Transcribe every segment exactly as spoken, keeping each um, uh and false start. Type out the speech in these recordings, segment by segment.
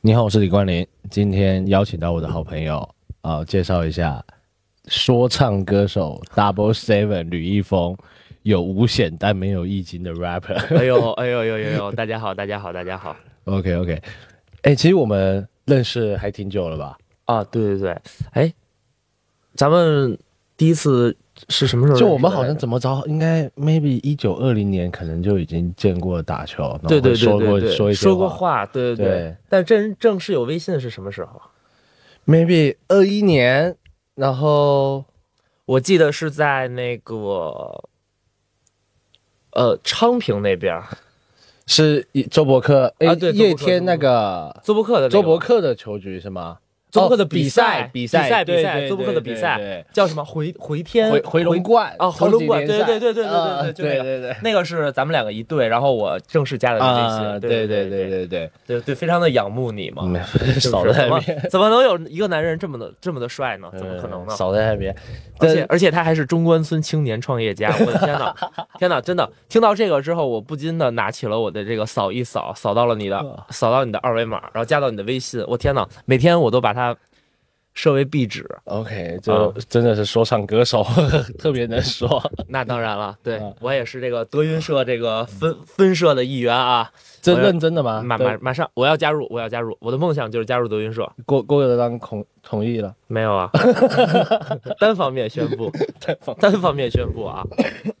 你好，我是李冠霖。今天邀请到我的好朋友啊、呃，介绍一下说唱歌手 Double Seven 吕一峰，有五险但没有易经的 rapper。 哎呦哎呦呦呦呦！大家好，大家好，大家好。 OK OK， 哎、欸，其实我们认识还挺久了吧？ 啊，对对对，哎，咱们第一次是什么时候？ 就我们好像怎么着，应该 maybe 一九二零年可能就已经见过打球， 对对对说过对对说一些说过话，对对对。 对但真正式有微信是什么时候 ？maybe 二一年，然后我记得是在那个呃昌平那边。 是周伯克啊，对， 叶天那个周伯克的周伯克的球局是吗？ 周伯克的比赛， 比赛， 比赛，周伯克的比赛叫什么？回回天回回龙观啊，回龙观，对对对对对对对， 对对对，那个是咱们两个一对，然后我正式加了你微信， 对对对对对对对对，非常的仰慕你嘛， 少在那边， 怎么能有一个男人这么的这么的帅呢？怎么可能呢？ 少在那边， 而且而且他还是中关村青年创业家，我的天哪，天哪，真的听到这个之后，我不禁的拿起了我的这个扫一扫，扫到了你的扫到你的二维码，然后加到你的微信，我天哪，每天我都把它设为壁纸。 OK， 就真的是说唱歌手，特别能说。 那当然了，对、嗯、我也是这个德云社这个分分社的一员啊。 真认真的吗？ 马马马上我要加入，我要加入，我的梦想就是加入德云社。 郭郭德纲同同意了没有啊？单方面宣布，单方面宣布啊。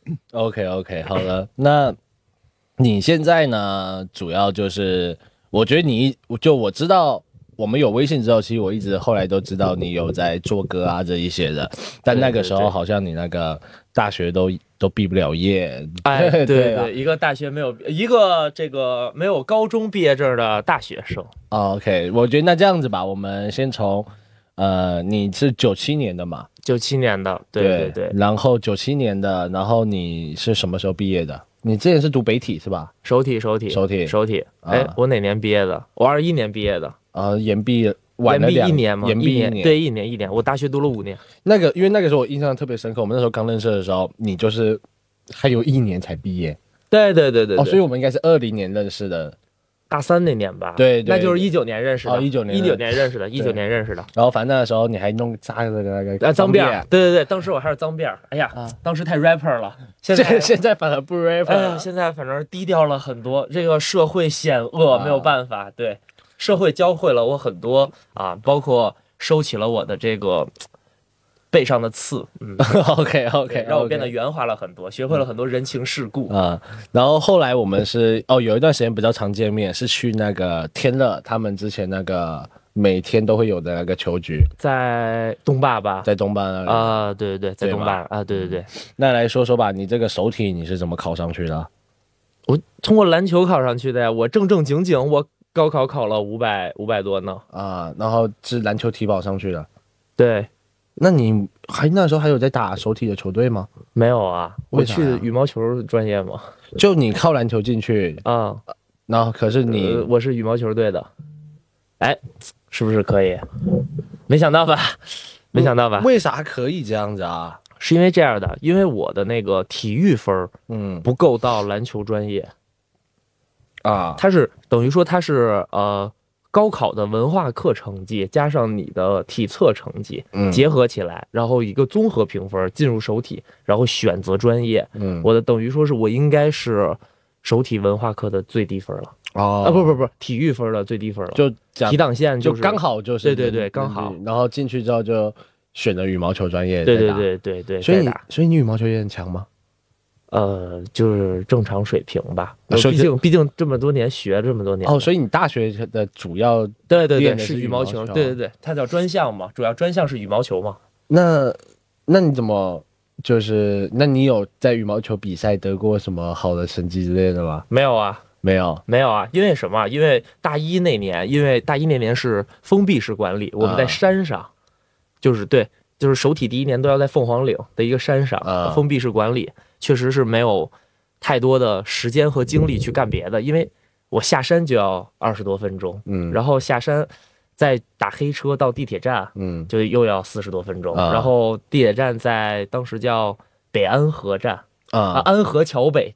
OK OK， 好了，那你现在呢？主要就是，我觉得你就我知道。我们有微信之后，其实我一直后来都知道你有在做歌啊这一些的，但那个时候好像你那个大学都都毕不了业。 哎，对 对, 对，一个大学没有一个这个没有高中毕业证的大学生。 哦、OK， 我觉得那这样子吧，我们先从呃，你是九七年的嘛？ 九七年的，对对 对, 对。 然后九七年的，然后你是什么时候毕业的？你之前是读北体是吧？ 首体，首体， 首体， 首体。哎、啊，我哪年毕业的？我二一年毕业的。 啊，延毕晚了两一年吗？ 延毕一年，对，一年一年。我大学读了五年。 那个，因为那个时候我印象特别深刻，我们那时候刚认识的时候，你就是还有一年才毕业。 对对对 对, 对。 哦，所以我们应该是二零年认识的。 大三那年吧。 对 对, 对。 那就是一九年认识的。 哦，一九年。 一九年认识的，一九年认识的。 然后反正那时候你还弄扎着那个啊脏辫儿。对对对，当时我还是脏辫儿。哎呀、啊，当时太 rapper 了。现在现在反而不 rapper 了。 哎呀，现在反正低调了很多。这个社会险恶，没有办法。啊、对。社会教会了我很多啊，包括收起了我的这个背上的刺，嗯 ，OK OK， 让我变得圆滑了很多，学会了很多人情世故啊、嗯。然后后来我们是哦，有一段时间比较常见面，是去那个天乐他们之前那个每天都会有的那个球局， 在东坝吧， 在东坝那里啊、呃，对对对，在东坝啊，对对对。 那来说说吧，你这个首体你是怎么考上去的？ 我通过篮球考上去的呀，我正正经经我。高考考了五百五百多呢啊，然后是篮球体保上去的。 对， 那你还那时候还有在打手体的球队吗？ 没有啊，我去羽毛球专业嘛。 就你靠篮球进去啊、 嗯，然后可是你、 呃、我是羽毛球队的，哎，是不是可以？没想到吧？没想到吧？ 为啥可以这样子啊？ 是因为这样的，因为我的那个体育分嗯不够到篮球专业。 啊， 它是等于说它是呃高考的文化课成绩加上你的体测成绩、嗯、结合起来，然后一个综合评分进入首体，然后选择专业。 嗯， 我的等于说是我应该是首体文化课的最低分了。 哦， 啊不不不，体育分的最低分了， 就提档线、就是、 就刚好就是对对对刚好， 然后进去之后就选了羽毛球专业。 对对对对对， 所以你所以你羽毛球也很强吗？ 呃，就是正常水平吧。毕竟毕竟这么多年学这么多年哦，所以你大学的主要对对对是羽毛球，对对对，它叫专项嘛，主要专项是羽毛球嘛。 那那你怎么就是那你有在羽毛球比赛得过什么好的成绩之类的吗？ 没有啊， 没有没有啊，因为什么？因为大一那年，因为大一那年是封闭式管理，我们在山上，啊、就是对，就是首体第一年都要在凤凰岭的一个山上， 啊、 封闭式管理。确实是没有太多的时间和精力去干别的，因为我下山就要二十多分钟， 嗯， 然后下山再打黑车到地铁站， 嗯， 就又要四十多分钟， 啊、 然后地铁站在当时叫北安河站啊， 安河桥北站，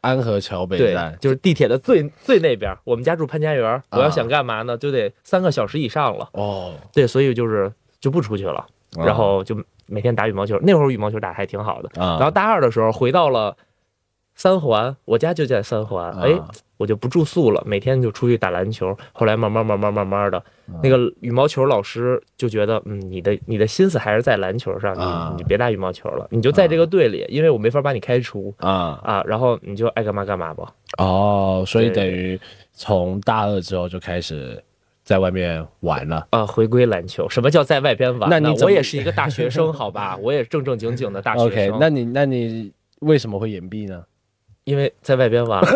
安河桥北对站， 就是地铁的最最那边。我们家住潘家园，我要想干嘛呢，就得三个小时以上了。 哦， 对，所以就是就不出去了，然后就每天打羽毛球。那会儿羽毛球打还挺好的。 啊然后大二的时候回到了三环，我家就在三环， 啊哎，我就不住宿了，每天就出去打篮球。后来慢慢慢慢慢慢的，那个羽毛球老师就觉得，嗯，你的你的心思还是在篮球上， 啊你你别打羽毛球了，你就在这个队里，因为我没法把你开除啊啊，然后你就爱干嘛干嘛吧。 哦，所以对等于从大二之后就开始在外面玩了。 啊，回归篮球，什么叫在外边玩？ 那你怎么我也是一个大学生，好吧，我也正正经经的大学 OK， 生。 那你那你为什么会延毕呢？ 因为在外边玩，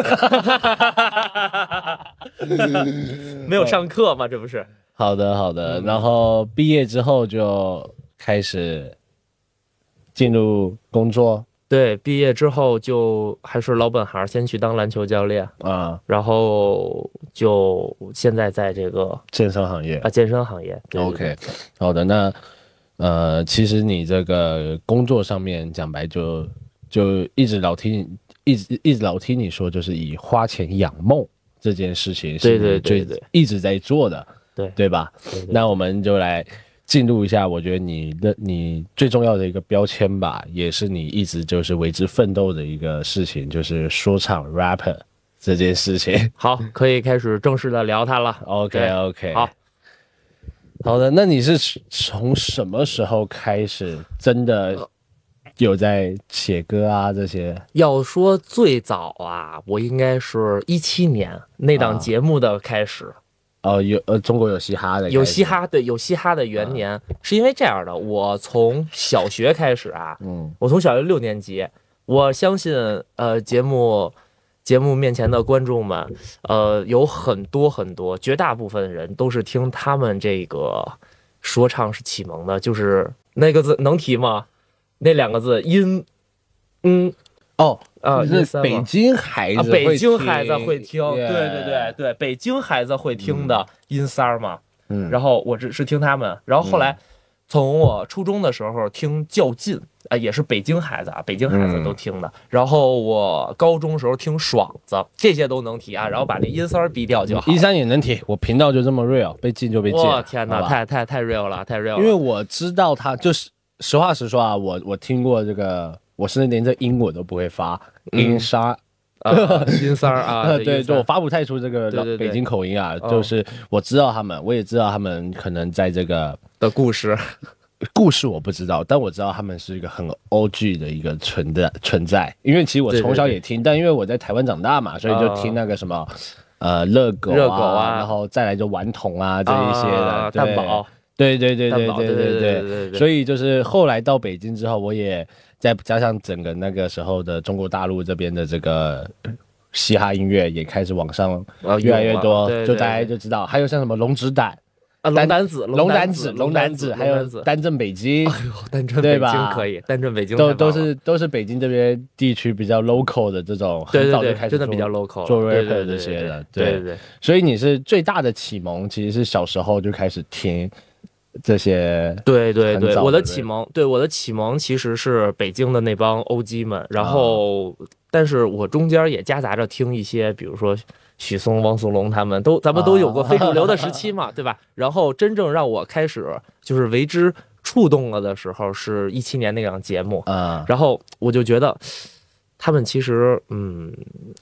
没有上课嘛，这不是？ 好的好的， 嗯然后毕业之后就开始进入工作对，毕业之后就还是老本行，先去当篮球教练， 啊， 然后就现在在这个健身行业。 啊健身行业。对对 OK，好的，那呃，其实你这个工作上面讲白就就一直老听你一直一直老听你说，就是以花钱养梦这件事情是对对你最对对一直在做的， 对对吧？ 对对那我们就来进入一下，我觉得你的你最重要的一个标签吧，也是你一直就是为之奋斗的一个事情，就是说唱 rapper 这件事情。 好，可以开始正式的聊它了。 OK 对 OK， 好， 好的，那你是从什么时候开始真的有在写歌啊这些？ 要说最早啊，我应该是一七年那档节目的开始。 哦，有呃，中国有嘻哈的， 有嘻，哈，对，有嘻哈的元年，是因为这样的，我从小学开始啊， 嗯我从小学六年级，我相信呃节目节目面前的观众们，呃有很多很多，绝大部分人都是听他们这个说唱是启蒙的，就是那个字能提吗？那两个字音，嗯哦， 啊， 是音三吗北京孩啊， 子， 北京孩子会听， Yeah 对对对对，北京孩子会听的音三儿嘛。 嗯， 然后我只是听他们，然后后来从我初中的时候听较劲啊、也是北京孩子啊，北京孩子都听的。然后我高中时候听爽子，这些都能提啊，然后把那音三儿逼掉就好。 一三也能提，我频道就这么 real，被禁就被禁。 我天哪， 好吧太太太 real 了，太 real 了。 因为我知道他就是实话实说啊，我我听过这个，我是连这英文都不会发，音沙。 啊，音三儿啊，这对， 音三儿就我发不太出这个对对对北京口音啊， 哦就是我知道他们，我也知道他们可能在这个的故事。 故事我不知道，但我知道他们是一个很 O G 的一个存在存在，因为其实我从小也听，但因为我在台湾长大嘛，所以就听那个什么、呃热狗啊， 热狗啊然后再来就顽童啊这一些的， 啊对蛋堡， 对对对对蛋堡对对对对对对对对所以就是后来到北京之后，我也再加上整个那个时候的中国大陆这边的这个嘻哈音乐也开始往上啊越来越多， 有啊对对就大家就知道，还有像什么龙子胆。 啊，龙胆子， 龙胆胆子、龙胆胆子，还有龙胆子单镇北京， 哎呦，单镇北对吧京可以，单镇北京都太棒了都是都是北京这边地区比较 local 的这种， 对对对很早就开，始做真的比较 local 了做对 rapper 对对这些的， 对对对。 所以你是最大的启蒙，其实是小时候就开始听这些， 对对对， 很早的我的启蒙，对我的启蒙其实是北京的那帮欧基们，然后，但是我中间也夹杂着听一些，比如说许嵩、汪苏泷他们都，咱们都有过非主流的时期嘛，对吧？然后真正让我开始就是为之触动了的时候，是一七年那档节目， 啊然后我就觉得他们其实，嗯。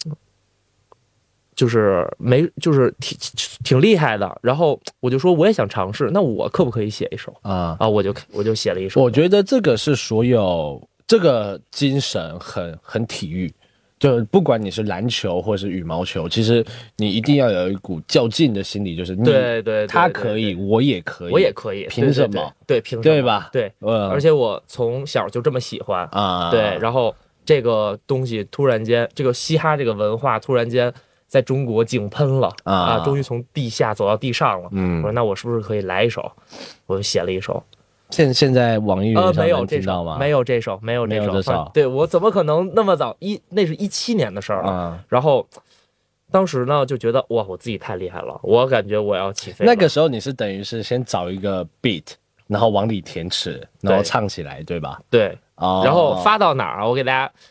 就是没，就是挺挺厉害的，然后我就说我也想尝试，那我可不可以写一首啊！ 啊？我就我就写了一首。 我觉得这个是所有这个精神很很体育，就不管你是篮球或是羽毛球，其实你一定要有一股较劲的心理，就是你对对对， 他可以，我也可以， 我也可以， 凭什么？ 对，凭什么？ 对吧？ 对， 嗯， 而且我从小就这么喜欢啊， 对，然后这个东西突然间，这个嘻哈这个文化突然间在中国井喷了啊啊，终于从地下走到地上了。 嗯我说那我是不是可以来一首？我就写了一首。 现现在网易云呃， 上没有这能听到吗？ 首，没有这首，没有这首。 没有这首放对我怎么可能那么早？一那是一七年的事儿了。 啊。 然后当时呢就觉得哇，我自己太厉害了，我感觉我要起飞了。 那个时候你是等于是先找一个 beat，然后往里填词，然后唱起来，对吧？ 对， 哦， 然后发到哪儿啊？我给大家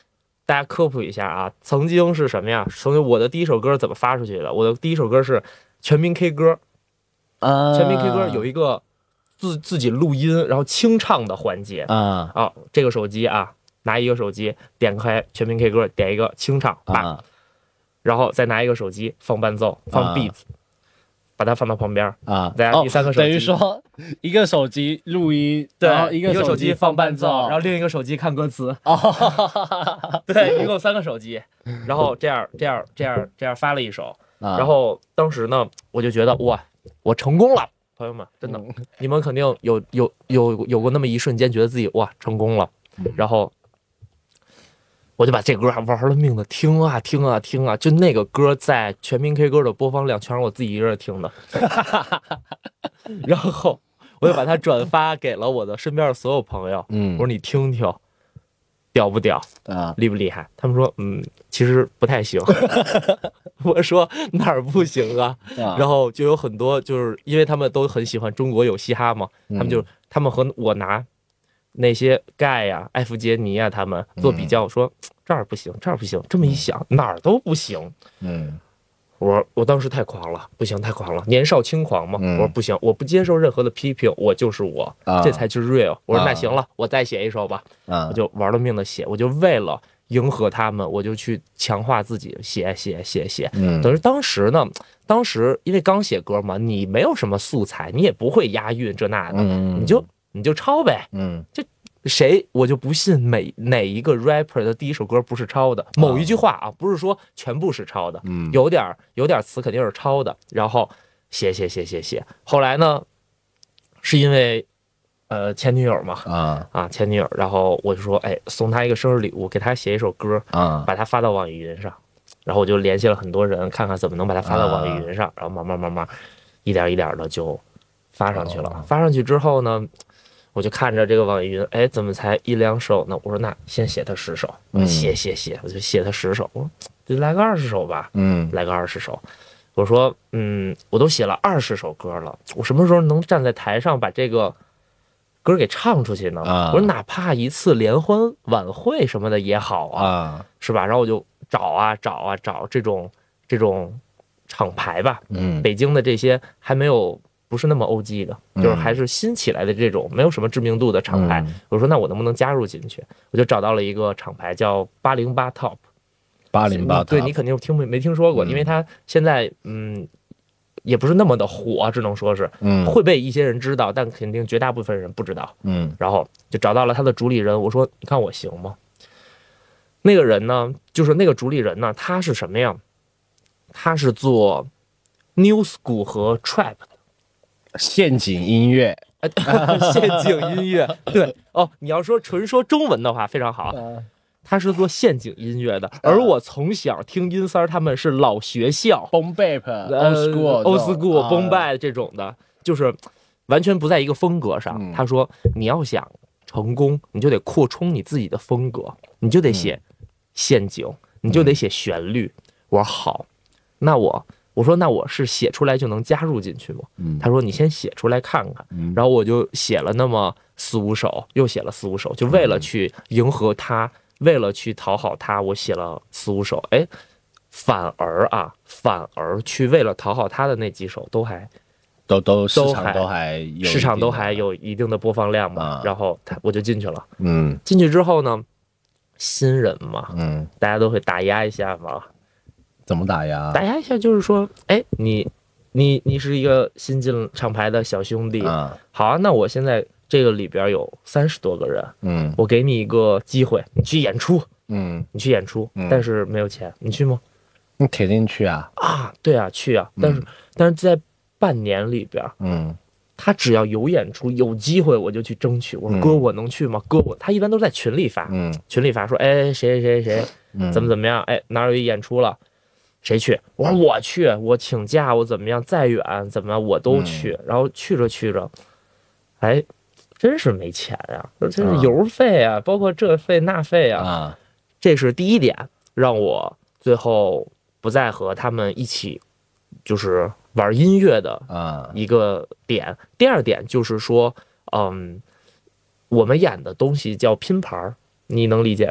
大家科普一下啊，曾经是什么呀？曾经我的第一首歌怎么发出去的？我的第一首歌是全民 K 歌， 啊， 全民 K 歌有一个自自己录音然后清唱的环节啊啊，这个手机啊，拿一个手机点开全民 K 歌，点一个清唱，把， 啊然后再拿一个手机放伴奏，放 beats，、啊、把它放到旁边啊， 再拿第三个手机、 哦，等于说一个手机录音， 对， 然后一个手机放伴奏， 然后另一个手机看歌词。 哦， 对，一共三个手机，然后这样这样这样这样发了一首， 啊、 然后当时呢，我就觉得哇，我成功了，朋友们，真的，嗯、你们肯定有有有有过那么一瞬间，觉得自己哇成功了，然后。我就把这歌还玩了命的听啊听啊听啊，就那个歌在全民 K 歌的播放量全是我自己一个人听的，然后我就把它转发给了我的身边的所有朋友，嗯，我说你听听，屌不屌啊，厉不厉害？他们说嗯，其实不太行。我说哪儿不行啊？然后就有很多就是因为他们都很喜欢中国有嘻哈嘛，他们就他们和我拿。那些盖呀、啊、艾弗杰尼啊，他们做比较说，说这儿不行，这儿不行。这么一想，哪儿都不行。嗯，我说我当时太狂了，不行，太狂了，年少轻狂嘛。嗯、我说不行，我不接受任何的批评，我就是我，啊、这才是 real。我说那行了，我再写一首吧。啊、我就玩了命的写，我就为了迎合他们，我就去强化自己，写写写写。嗯，等于当时呢，当时因为刚写歌嘛，你没有什么素材，你也不会押韵这那的，嗯、你就。你就抄呗，嗯，就谁我就不信每哪一个 rapper 的第一首歌不是抄的，某一句话啊，不是说全部是抄的，嗯，有点有点词肯定是抄的，然后写写写写写，后来呢，是因为呃前女友嘛，啊啊前女友，然后我就说，哎，送她一个生日礼物，给她写一首歌，啊，把它发到网易云上，然后我就联系了很多人，看看怎么能把它发到网易云上，然后慢慢慢慢一点一点的就发上去了，发上去之后呢。我就看着这个网易云，哎，怎么才一两首呢？我说那先写他十首，写写写，我就写他十首，我说就来个二十首吧，嗯，来个二十首。我说，嗯，我都写了二十首歌了，我什么时候能站在台上把这个歌给唱出去呢？啊、我说哪怕一次联欢晚会什么的也好啊，啊是吧？然后我就找啊找啊找这种这种厂牌吧，嗯，北京的这些还没有。不是那么 O G 的，就是还是新起来的这种没有什么知名度的厂牌。嗯、我说那我能不能加入进去？我就找到了一个厂牌叫八零八 Top， 八零八 Top， 对你肯定听没没听说过，嗯、因为它现在嗯也不是那么的火，只能说是嗯会被一些人知道，但肯定绝大部分人不知道。嗯，然后就找到了他的主理人，我说你看我行吗？那个人呢，就是那个主理人呢，他是什么呀？他是做 New School 和 Trap 的。 陷阱音乐， 陷阱音乐，对哦，你要说纯说中文的话非常好，他是做陷阱音乐的，而我从小听音三儿他们是老学校 ，boom bap、old school、old school、boom bap 这种的，就是完全不在一个风格上。他说你要想成功，你就得扩充你自己的风格，你就得写陷阱，你就得写旋律。我说好，那我。我说那我是写出来就能加入进去吗？嗯、他说你先写出来看看，嗯、然后我就写了那么四五首，又写了四五首，就为了去迎合他，嗯、为了去讨好他，我写了四五首。哎，反而啊，反而去为了讨好他的那几首都还都都市场都还有市场都还有一定的播放量嘛。啊、然后他我就进去了。嗯，进去之后呢，新人嘛，嗯，大家都会打压一下嘛。 怎么打压？ 打压一下就是说，哎，你，你，你是一个新进厂牌的小兄弟，啊、好啊，那我现在这个里边有三十多个人，嗯，我给你一个机会，你去演出，嗯，你去演出，嗯、但是没有钱，你去吗？ 你肯定去啊！ 啊，对啊，去啊！但是，嗯、但是在半年里边，嗯，他只要有演出有机会，我就去争取。我说、嗯、哥，我能去吗？哥，我他一般都在群里发，嗯，群里发说，哎，谁谁谁谁，嗯、怎么怎么样？哎，哪有一演出了？谁去？我说我去，我请假，我怎么样？再远怎么样我都去。嗯、然后去着去着，哎，真是没钱呀、啊，这是油费啊，啊包括这费那费啊。啊这是第一点，让我最后不再和他们一起就是玩音乐的一个点。啊、第二点就是说，嗯，我们演的东西叫拼盘，你能理解吧？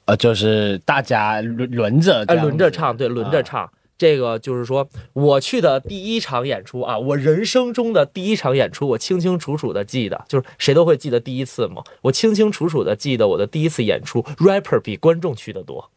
呃，就是大家轮轮着哎，轮着唱，对，轮着唱。啊这个就是说，我去的第一场演出啊，我人生中的第一场演出，我清清楚楚的记得，就是谁都会记得第一次嘛。我清清楚楚的记得我的第一次演出 ，rapper 比观众去的多。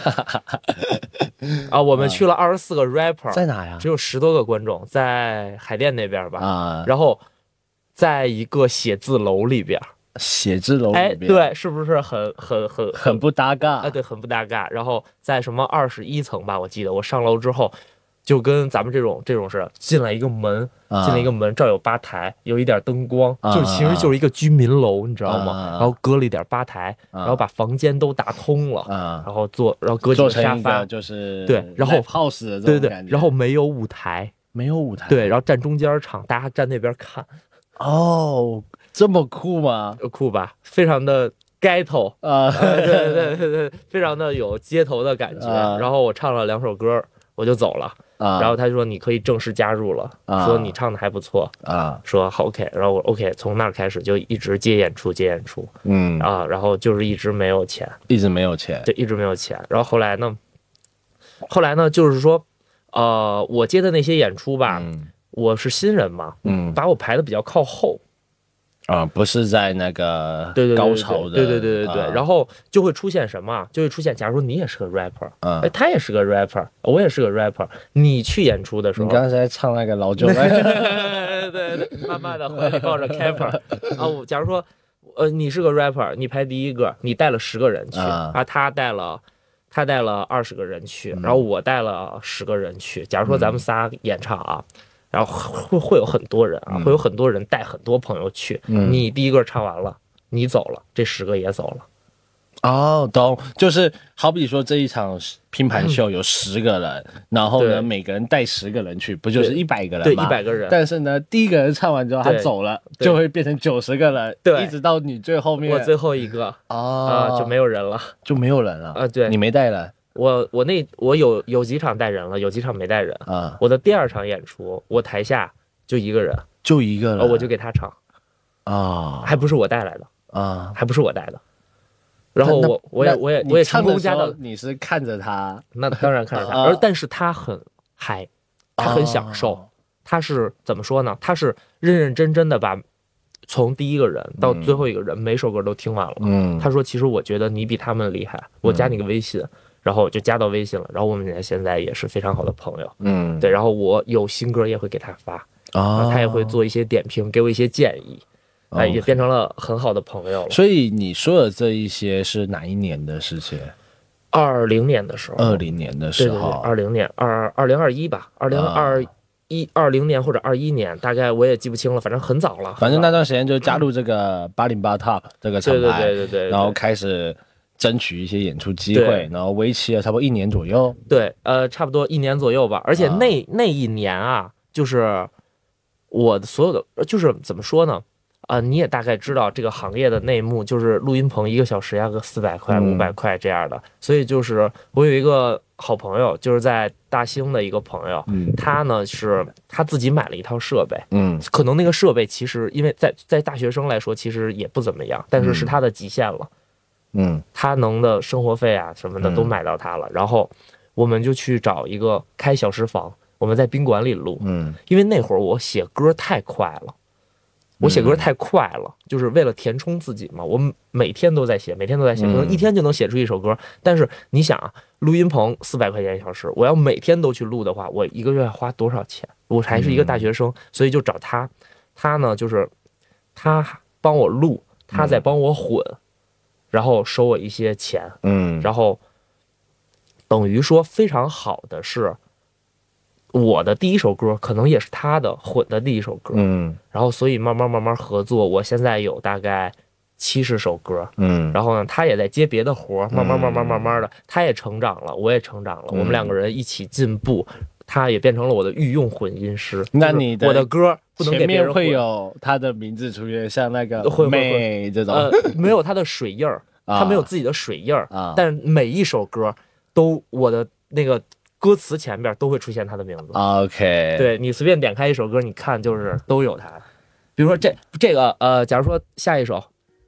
啊，我们去了二十四个 rapper， 在哪呀？ 只有十多个观众，在海淀那边吧。 啊， 然后在一个写字楼里边。 写字楼里边， 哎，对，是不是很很很很不搭嘎？ 啊，对，很不搭嘎。然后在什么二十一层吧，我记得我上楼之后，就跟咱们这种这种是进来一个门， 啊、 进了一个门，这儿有吧台，有一点灯光， 啊、 就是其实就是一个居民楼，你知道吗？ 啊、 然后搁了一点吧台， 啊、 然后把房间都打通了， 啊、 然后坐，然后搁几个沙发， 就是对，然后 house 的这种对对感觉， 然后没有舞台， 没有舞台， 对，然后站中间场，大家站那边看， 哦。这么酷吗？ 酷吧，非常的街头啊， 对对对对，非常的有街头的感觉。 啊、 然后我唱了两首歌，我就走了。 啊、 然后他就说你可以正式加入了， 啊、 说你唱的还不错啊， 说好 OK。然后我 OK， 从那儿开始就一直接演出接演出， 嗯啊，然后就是一直没有钱， 一直没有钱， 对，一直没有钱。然后后来呢，后来呢，就是说，呃，我接的那些演出吧， 嗯、 我是新人嘛， 嗯， 把我排的比较靠后。 啊，不是在那个对对高潮的， 对对对对对对， 啊、 然后就会出现什么？就会出现，假如说你也是个 rapper， 嗯， 哎，他也是个 rapper， 我也是个 rapper， 你去演出的时候， 你刚才在唱那个老九， 对对对，慢慢的怀里抱着 Kepler 啊，我假如说，呃，你是个 rapper， 你排第一个，你带了十个人去， 啊， 啊他带了。他带了二十个人去，然后我带了十个人去。假如说咱们仨演唱啊，嗯、然后会会有很多人啊， 嗯、 会有很多人带很多朋友去。 嗯、 你第一个唱完了，你走了，这十个也走了。 哦，懂，就是好比说这一场拼盘秀有十个人，嗯、然后呢每个人带十个人去，不就是一百个人吗？ 对，一百个人。 但是呢，第一个人唱完之后他走了，就会变成九十个人， 对， 一直到你最后面， 我最后一个啊、 哦呃、就没有人了， 就没有人了啊。对， 你没带人， 我我那我有有几场带人了，有几场没带人啊。 我的第二场演出，我台下就一个人， 就一个人， 我就给他唱啊， 还不是我带来的啊， 还不是我带的。然后我我也我也我也成功加到， 你是看着他， 那当然看着他，而但是他很嗨，他很享受，他是怎么说呢？他是认认真真的把从第一个人到最后一个人每首歌都听完了。 嗯， 他说其实我觉得你比他们厉害，我加你个微信，然后我就加到微信了，然后我们现在也是非常好的朋友。 嗯， 对，然后我有新歌也会给他发，啊，他也会做一些点评，给我一些建议。哎，也变成了很好的朋友了。 所以你说的这一些是哪一年的事情？ 二零年的时候。 二零年的时候。 二零年，二二零二一吧，二零二一二零年或者二一年，大概我也记不清了，反正很早了。 反正那段时间就加入这个八零八 Top 这个厂牌， 对对对对 对， 然后开始争取一些演出机会，然后为期了差不多一年左右。 对，呃，差不多一年左右吧。而且那、啊、那一年啊，就是我的所有的，就是怎么说呢？啊、呃，你也大概知道这个行业的内幕，就是录音棚一个小时要个四百块、五百块这样的。嗯、所以就是我有一个好朋友，就是在大兴的一个朋友， 嗯， 他呢是他自己买了一套设备， 嗯， 可能那个设备其实因为在在大学生来说其实也不怎么样，但是是他的极限了， 嗯， 他能的生活费啊什么的都买到他了，嗯、然后我们就去找一个开小时房，我们在宾馆里录， 嗯， 因为那会儿我写歌太快了。我写歌太快了，就是为了填充自己嘛。我每天都在写，每天都在写，可能一天就能写出一首歌。但是你想啊，录音棚四百块钱一小时，我要每天都去录的话，我一个月要花多少钱？我还是一个大学生，所以就找他。他呢，就是他帮我录，他在帮我混，然后收我一些钱。 嗯， 然后等于说非常好的是。我的第一首歌可能也是他的混的第一首歌， 嗯， 然后所以慢慢慢慢合作，我现在有大概七十首歌， 嗯， 然后呢，他也在接别的活，慢慢慢慢慢慢的，他也成长了，我也成长了， 嗯、 我们两个人一起进步，他也变成了我的御用混音师。 那你的我的歌不能给别人混， 前面会有他的名字出现，像那个会妹这种， 呃，没有他的水印儿，他没有自己的水印儿， 啊， 但每一首歌都我的那个。歌词前边都会出现他的名字。 OK， 对你随便点开一首歌，你看就是都有他。比如说这这个呃，假如说下一首，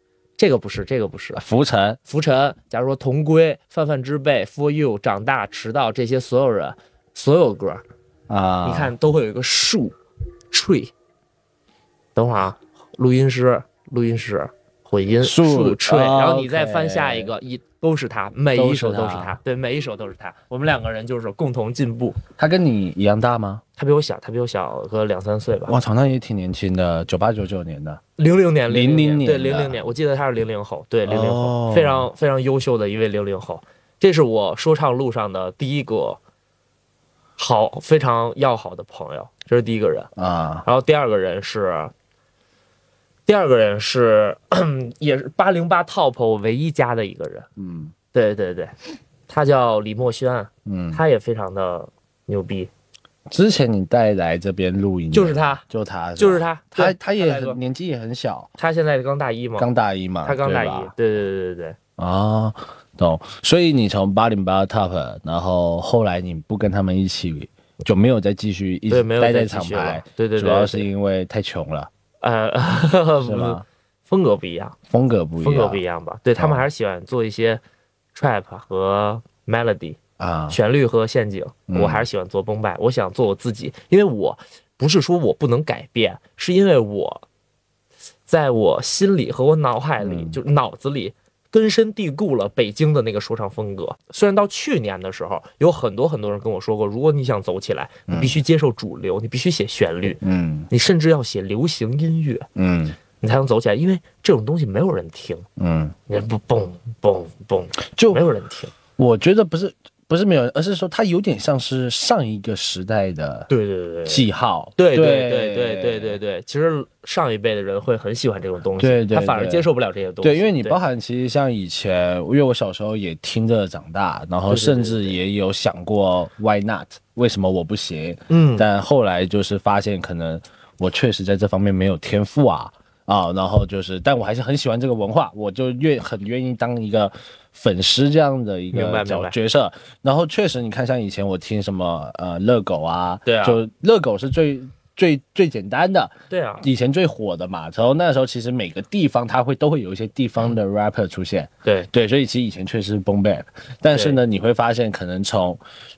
这个不是，这个不是。 浮沉， 浮沉，假如说同归、泛泛之辈、For You、长大、迟到这些所有人，所有歌啊， 你看都会有一个树 tree。等会儿啊，录音师，录音师。混音树吹， 哦然后你再翻 OK 下一个，一都是他，每一首都都是他是他，对，每一首都是他。我们两个人就是共同进步。 他跟你一样大吗？ 他比我小，他比我小个两三岁吧。 哇操，那也挺年轻的，九八九九年的， 零零年， 零零年， 对，零零年，我记得他是零零后，对，零零后， 哦非常非常优秀的一位零零后。这是我说唱路上的第一个好非常要好的朋友，这是第一个人啊。 然后第二个人是。第二个人是也是八零八 Top 唯一加的一个人， 嗯， 对对对，他叫李墨轩， 嗯， 他也非常的牛逼。 之前你带来这边录音， 就是他， 就他， 就是他， 他他也他很年纪也很小， 他现在刚大一嘛， 刚大一嘛， 他刚大一，对对对对对。 啊，懂。所以你从八零八 Top， 然后后来你不跟他们一起，就没有再继续一直待在厂牌， 对对对， 主要是因为太穷了。 呃， 是吗？ 风格不一样， 风格不一样， 风格不一样吧？对他们还是喜欢做一些 trap 和 melody 啊， 旋律和陷阱。 嗯、 我还是喜欢做崩败，我想做我自己，因为我不是说我不能改变，是因为我在我心里和我脑海里， 嗯、 就脑子里根深蒂固了北京的那个说唱风格。虽然到去年的时候，有很多很多人跟我说过，如果你想走起来，你必须接受主流，你必须写旋律， 嗯， 你甚至要写流行音乐， 嗯， 你才能走起来，因为这种东西没有人听， 嗯， 你不蹦蹦蹦， 就没有人听。 我觉得不是。不是没有人，而是说它有点像是上一个时代的对对对记号， 对对对对对对对。其实上一辈的人会很喜欢这种东西， 对对， 他反而接受不了这些东西。 对，因为你包含其实像以前，因为我小时候也听着长大，然后甚至也有想过 why not， 为什么我不行？嗯，但后来就是发现可能我确实在这方面没有天赋啊啊，然后就是，但我还是很喜欢这个文化，我就愿很愿意当一个。粉丝这样的一个角角色，然后确实你看，像以前我听什么呃热狗啊， 对啊， 就热狗是最最最简单的， 对啊， 以前最火的嘛。然后那时候其实每个地方它会都会有一些地方的 rapper 出现， 对对，所以其实以前确实是 boom bap， 但是呢，你会发现可能从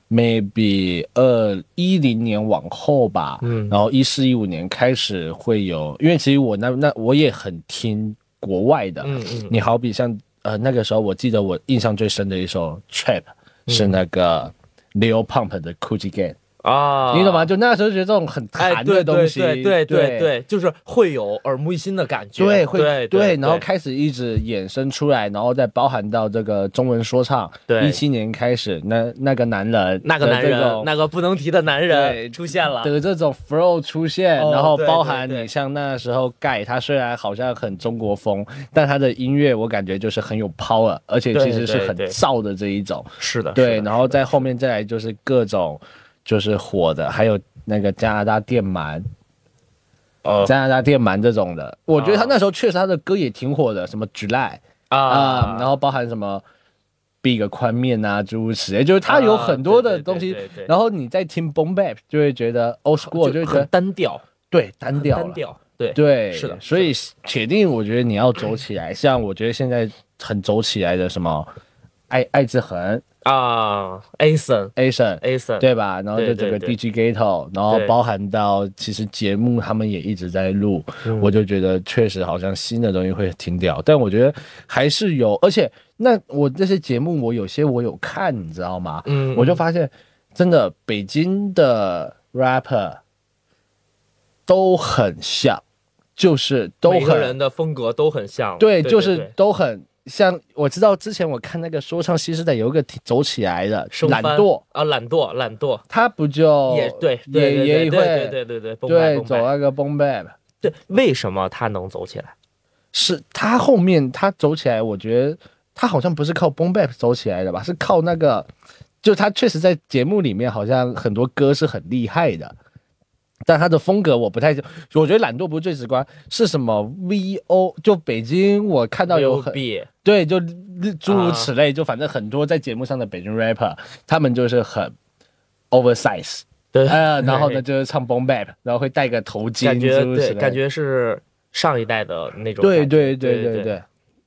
maybe 二一零年往后吧，嗯，然后一四一五年开始会有，因为其实我那那我也很听国外的，嗯嗯，你好比像。呃，那个时候我记得我印象最深的一首 trap 是那个 Lil Pump 的 Gucci Gang 啊，你懂吗？就那时候觉得这种很弹的东西， 对对对对，就是会有耳目一新的感觉， 对，会对对，然后开始一直衍生出来，然后再包含到这个中文说唱， 对， 一七年开始，那那个男人， 那个男人，那个不能提的男人出现了的这种 flow 出现，然后包含你像那时候盖，他虽然好像很中国风，但他的音乐我感觉就是很有 power， 而且其实是很燥的这一种， 是的， 对，然后在后面再来就是各种。就是火的，还有那个加拿大电鳗，呃，加拿大电鳗这种的，我觉得他那时候确实他的歌也挺火的，什么 July 啊、呃，然后包含什么 Big 宽面啊，诸如此类，就是他有很多的东西。 啊、对对对对然后你在听 Boom Bap 就会觉得 Old School 就会觉得单调， 对，单调， 单调，对对， 是的。 所以铁定，我觉得你要走起来，像我觉得现在很走起来的什么爱爱之痕。 啊 ，Ason Ason Ason 对吧？然后就整个 D J Gato， 然后包含到其实节目他们也一直在录，我就觉得确实好像新的东西会挺屌，但我觉得还是有，而且那我这些节目我有些我有看，你知道吗？嗯，我就发现真的北京的 rapper 都很像，就是都很每个人的风格都很像， 对， 对对对就是都很。像我知道之前我看那个说唱新时代有一个走起来的懒惰啊，懒惰懒惰， 他不就也对也也会对对对对对走那个 boom bap， 对，为什么他能走起来？ 是他后面他走起来，我觉得他好像不是靠 boom bap 走起来的吧，是靠那个，就他确实在节目里面好像很多歌是很厉害的。但他的风格我不太，我觉得懒惰不是最直观，是什么 V O？ 就北京我看到有很对，就诸如此类，啊、就反正很多在节目上的北京 rapper， 他们就是很 oversize， 对， 呃，然后呢就是唱 boom bap， 然后会戴个头巾， 感觉对，感觉是上一代的那种， 对对对对对。对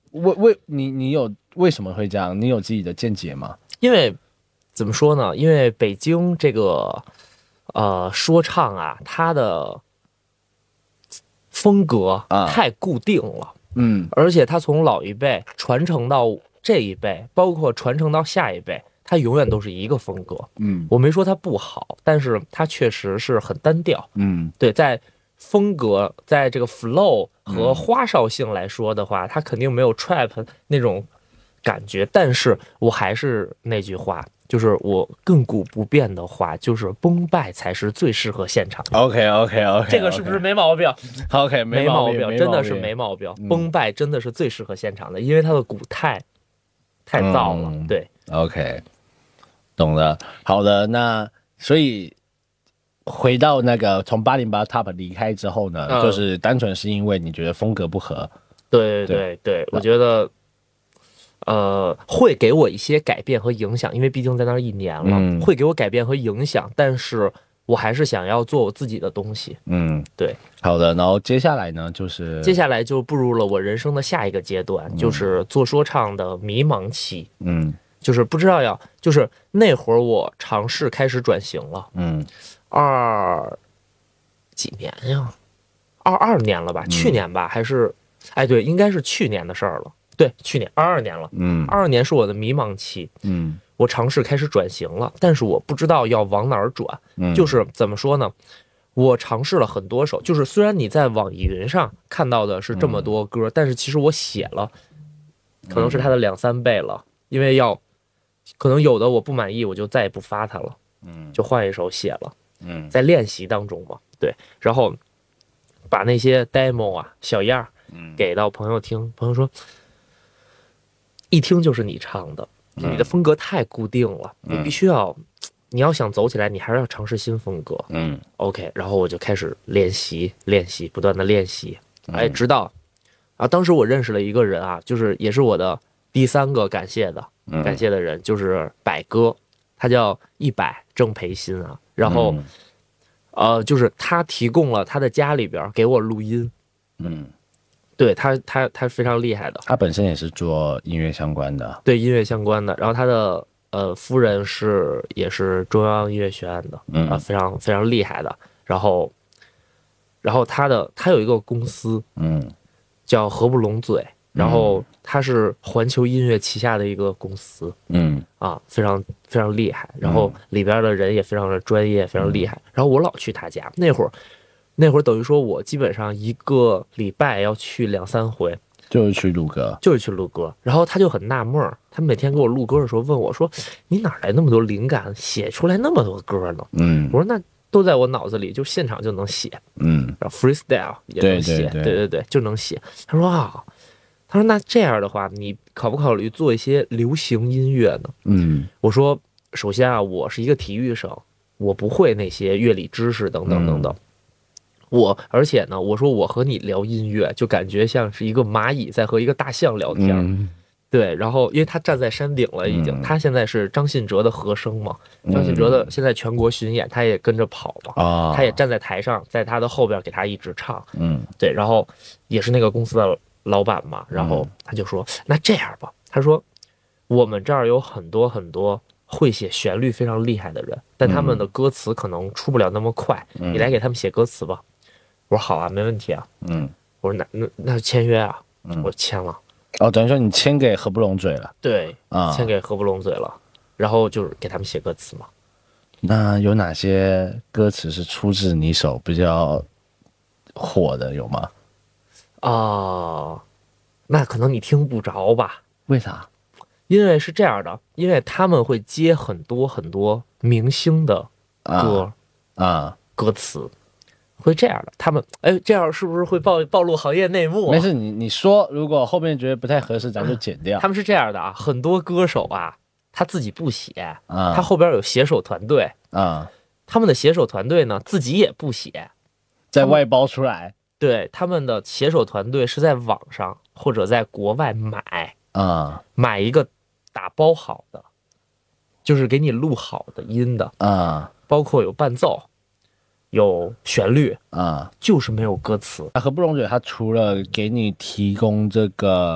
为为你你有为什么会这样？你有自己的见解吗？ 因为怎么说呢？因为北京这个呃说唱啊，它的风格太固定了， 嗯， 而且它从老一辈传承到这一辈，包括传承到下一辈，它永远都是一个风格。 嗯， 我没说它不好，但是它确实是很单调。 嗯， 对，在风格，在这个 flow 和花哨性来说的话，它肯定没有 trap 那种感觉。但是我还是那句话，就是我亘古不变的话，就是崩败才是最适合现场的。 OK OK OK， 这个是不是没毛病 ？OK， 没毛病，真的是没毛病。崩败真的是最适合现场的，因为它的鼓太太燥了。 嗯、 对 ，OK， 懂了。好的，那所以回到那个从八零八 Top 离开之后呢，嗯、就是单纯是因为你觉得风格不合。 对对对对，我觉得。呃，会给我一些改变和影响，因为毕竟在那儿一年了，嗯、会给我改变和影响，但是我还是想要做我自己的东西。嗯，对。 好的，然后接下来呢，就是接下来就步入了我人生的下一个阶段，嗯、就是做说唱的迷茫期。嗯，就是不知道要，就是那会儿我尝试开始转型了。嗯，二几年呀？二二年了吧？嗯、去年吧？还是？哎，对，应该是去年的事儿了。对，去年二二年了，嗯，二二年是我的迷茫期，嗯，我尝试开始转型了，但是我不知道要往哪儿转，嗯，就是怎么说呢？我尝试了很多首，就是虽然你在网易云上看到的是这么多歌，嗯、但是其实我写了，可能是它的两三倍了，因为要，可能有的我不满意，我就再也不发它了，嗯，就换一首写了，嗯，在练习当中嘛，对，然后把那些 demo 啊小样给到朋友听，朋友说。一听就是你唱的，你的风格太固定了，嗯、你必须要，你要想走起来，你还是要尝试新风格。嗯 ，OK， 然后我就开始练习，练习，不断的练习，哎，直到，啊，当时我认识了一个人啊，就是也是我的第三个感谢的，嗯、感谢的人就是百哥，他叫一百郑培新啊，然后，嗯、呃，就是他提供了他的家里边给我录音，嗯。对他，他他非常厉害的。 他本身也是做音乐相关的， 对音乐相关的。然后他的呃夫人是也是中央音乐学院的，嗯、呃，非常非常厉害的。然后，然后他的他有一个公司，嗯，叫合不拢嘴。然后他是环球音乐旗下的一个公司，嗯啊，非常非常厉害。然后里边的人也非常的专业，非常厉害。然后我老去他家，那会儿。那会儿等于说，我基本上一个礼拜要去两三回， 就是去录歌， 就是去录歌。然后他就很纳闷儿，他每天给我录歌的时候问我说：“你哪来那么多灵感，写出来那么多歌呢？”嗯，我说：“那都在我脑子里，就现场就能写。”嗯，然后 freestyle 也能写，对对 对, 对, 对, 对，就能写。他说啊，他说那这样的话，你考不考虑做一些流行音乐呢？嗯，我说首先啊，我是一个体育生，我不会那些乐理知识等等等等。嗯我而且呢，我说我和你聊音乐，就感觉像是一个蚂蚁在和一个大象聊天，嗯、对。然后，因为他站在山顶了，已经，嗯、他现在是张信哲的和声嘛，嗯、张信哲的现在全国巡演，他也跟着跑嘛，啊、他也站在台上，在他的后边给他一直唱，嗯，对。然后也是那个公司的老板嘛，然后他就说，嗯、那这样吧，他说我们这儿有很多很多会写旋律非常厉害的人，但他们的歌词可能出不了那么快，嗯、你来给他们写歌词吧。我说好啊，没问题啊。嗯，我说那那那签约啊，嗯、我签了。 哦，等于说你签给合不拢嘴了。 对，啊，签给合不拢嘴了，然后就是给他们写歌词嘛。 那有哪些歌词是出自你手比较火的有吗？ 啊、呃，那可能你听不着吧？ 为啥？ 因为是这样的，因为他们会接很多很多明星的歌啊，啊歌词。会这样的，他们哎，这样是不是会暴暴露行业内幕、啊？ 没事，你你说，如果后面觉得不太合适，咱就剪掉。 他们是这样的啊，很多歌手啊，他自己不写啊，他后边有写手团队啊，他们的写手团队呢自己也不写， 在外包出来。 对，他们的写手团队是在网上或者在国外买啊，买一个打包好的，就是给你录好的音的啊，包括有伴奏。有旋律啊，就是没有歌词。 合不拢嘴，它除了给你提供这个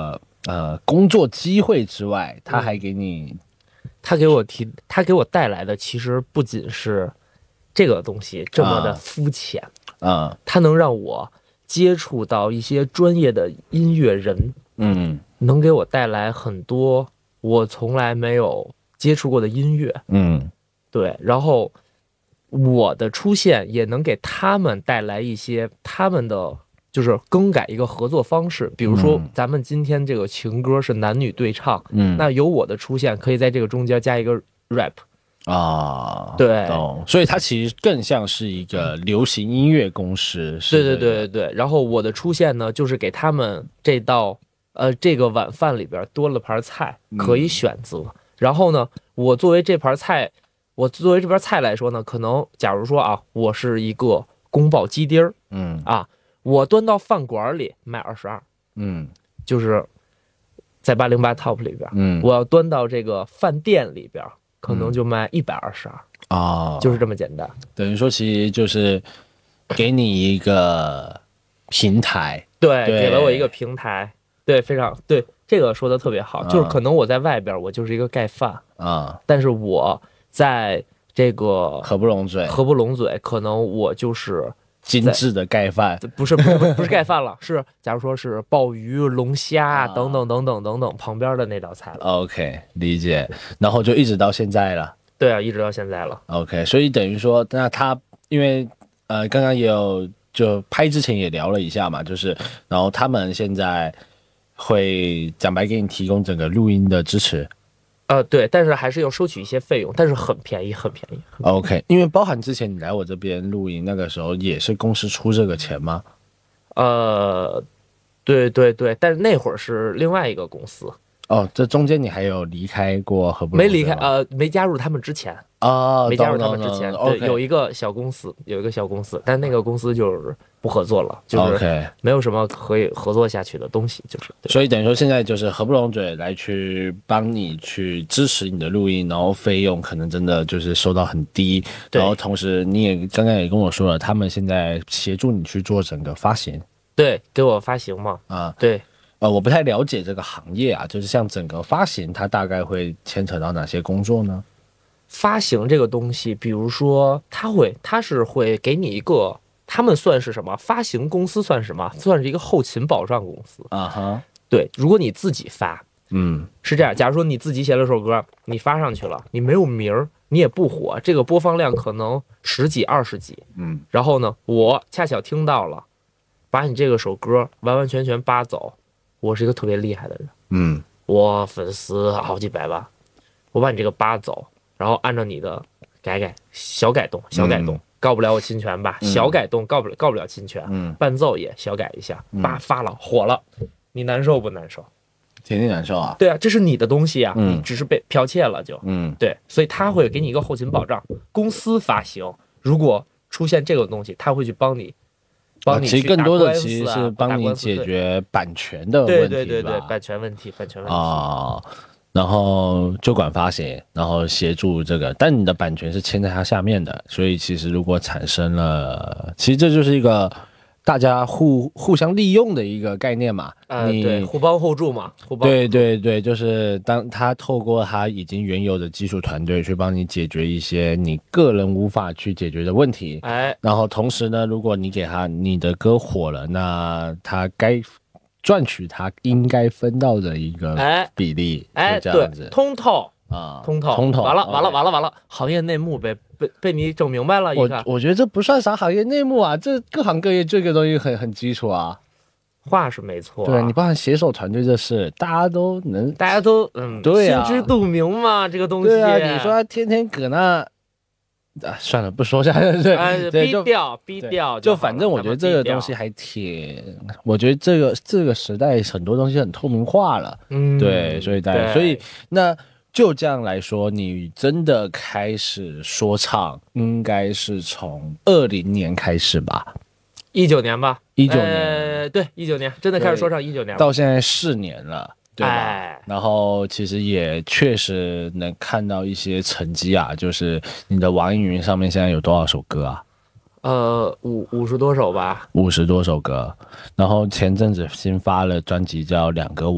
呃工作机会之外，他还给你， 他给我提，他给我带来的其实不仅是这个东西这么的肤浅啊， 它能让我接触到一些专业的音乐人， 嗯， 能给我带来很多我从来没有接触过的音乐， 嗯， 对，然后我的出现也能给他们带来一些他们的。就是更改一个合作方式，比如说咱们今天这个情歌是男女对唱， 嗯， 那有我的出现，可以在这个中间加一个 rap 啊， 对， 懂，所以它其实更像是一个流行音乐公司， 对对对对对。然后我的出现呢，就是给他们这道呃这个晚饭里边多了盘菜可以选择，嗯、然后呢，我作为这盘菜，我作为这盘菜来说呢，可能假如说啊，我是一个宫保鸡丁儿， 嗯啊。我端到饭馆里卖二十二， 嗯， 就是在八零八 top 里边， 嗯， 我要端到这个饭店里边，可能就卖一百二十二啊， 就是这么简单。 等于说，其实就是给你一个平台， 对，给了我一个平台，对，非常对，这个说的特别好，啊、就是可能我在外边我就是一个盖饭啊， 但是我在这个合不拢嘴， 合不拢嘴，可能我就是。 精致的盖饭不是不是不是盖饭了，是假如说是鲍鱼、龙虾、啊、等等等等等等旁边的那道菜了。 OK， 理解。然后就一直到现在了。 对啊，一直到现在了。 OK， 所以等于说，那他因为呃刚刚也有就拍之前也聊了一下嘛，就是然后他们现在会讲白给你提供整个录音的支持。 呃，对，但是还是要收取一些费用，但是很便宜，很便宜。 很便宜 OK， 因为包含之前你来我这边录音那个时候，也是公司出这个钱吗？ 呃，对对对，但是那会儿是另外一个公司。 哦，这中间你还有离开过合不拢嘴吗？ 没离开，呃，没加入他们之前啊， 没加入他们之前，对， okay. 有一个小公司，有一个小公司，但那个公司就是不合作了，就是没有什么可以合作下去的东西，就是。 所以等于说现在就是合不拢嘴来去帮你去支持你的录音，然后费用可能真的就是收到很低，然后同时你也刚刚也跟我说了，他们现在协助你去做整个发行， 对，给我发行嘛， 啊， 对。 呃，我不太了解这个行业啊，就是像整个发行，它大概会牵扯到哪些工作呢？ 发行这个东西，比如说，它会，它是会给你一个，他们算是什么？发行公司算什么？算是一个后勤保障公司啊哈。 对，如果你自己发， 嗯， 是这样。假如说你自己写了首歌，你发上去了，你没有名儿，你也不火，这个播放量可能十几、二十几， 嗯， 然后呢，我恰巧听到了，把你这个首歌完完全全扒走。我是一个特别厉害的人， 嗯， 我粉丝好几百万，我把你这个扒走，然后按照你的改改小改动，小改动，嗯、告不了我侵权吧？嗯、小改动告不了告不了侵权，嗯，伴奏也小改一下，叭发了火了，你难受不难受？ 天天难受啊！ 对啊，这是你的东西啊， 嗯、 你只是被剽窃了就， 嗯， 对，所以他会给你一个后勤保障，公司发行，如果出现这个东西，他会去帮你。帮你、啊、 其实更多的其实是帮你解决版权的问题吧， 对对对对，版权问题，版权问题啊、哦，然后就管发行，然后协助这个，但你的版权是签在他下面的，所以其实如果产生了，其实这就是一个大家互互相利用的一个概念嘛， 呃，你对，互帮互助嘛，互帮互助对对对，就是当他透过他已经原有的技术团队去帮你解决一些你个人无法去解决的问题， 哎， 然后同时呢，如果你给他你的歌火了，那他该赚取他应该分到的一个比例， 哎， 就这样子， 对，通透啊， 通透， 通透， 完了完了完了完了，行业内幕被被被你整明白了， 我我觉得这不算啥行业内幕啊，这各行各业这个东西很很基础啊。 话是没错、啊， 对，你包含写手团队这事，大家都能， 大家都嗯， 对啊， 心知肚明嘛，这个东西。 对啊，你说他天天搁那，啊，算了，不说下去。对， 哎、 对， 逼掉，逼掉， 就反正我觉得这个东西还挺，我觉得这个这个时代很多东西很透明化了， 嗯， 对，所以大家，所以那就这样来说，你真的开始说唱，应该是从二零年开始吧。 一九年吧， 一九年、 呃，对，一九年真的开始说唱，一九年到现在四年了，对吧？ 哎、 然后其实也确实能看到一些成绩啊，就是你的网易云上面现在有多少首歌啊？ 呃，五五十多首吧， 五十多首歌。然后前阵子新发了专辑叫《两个我》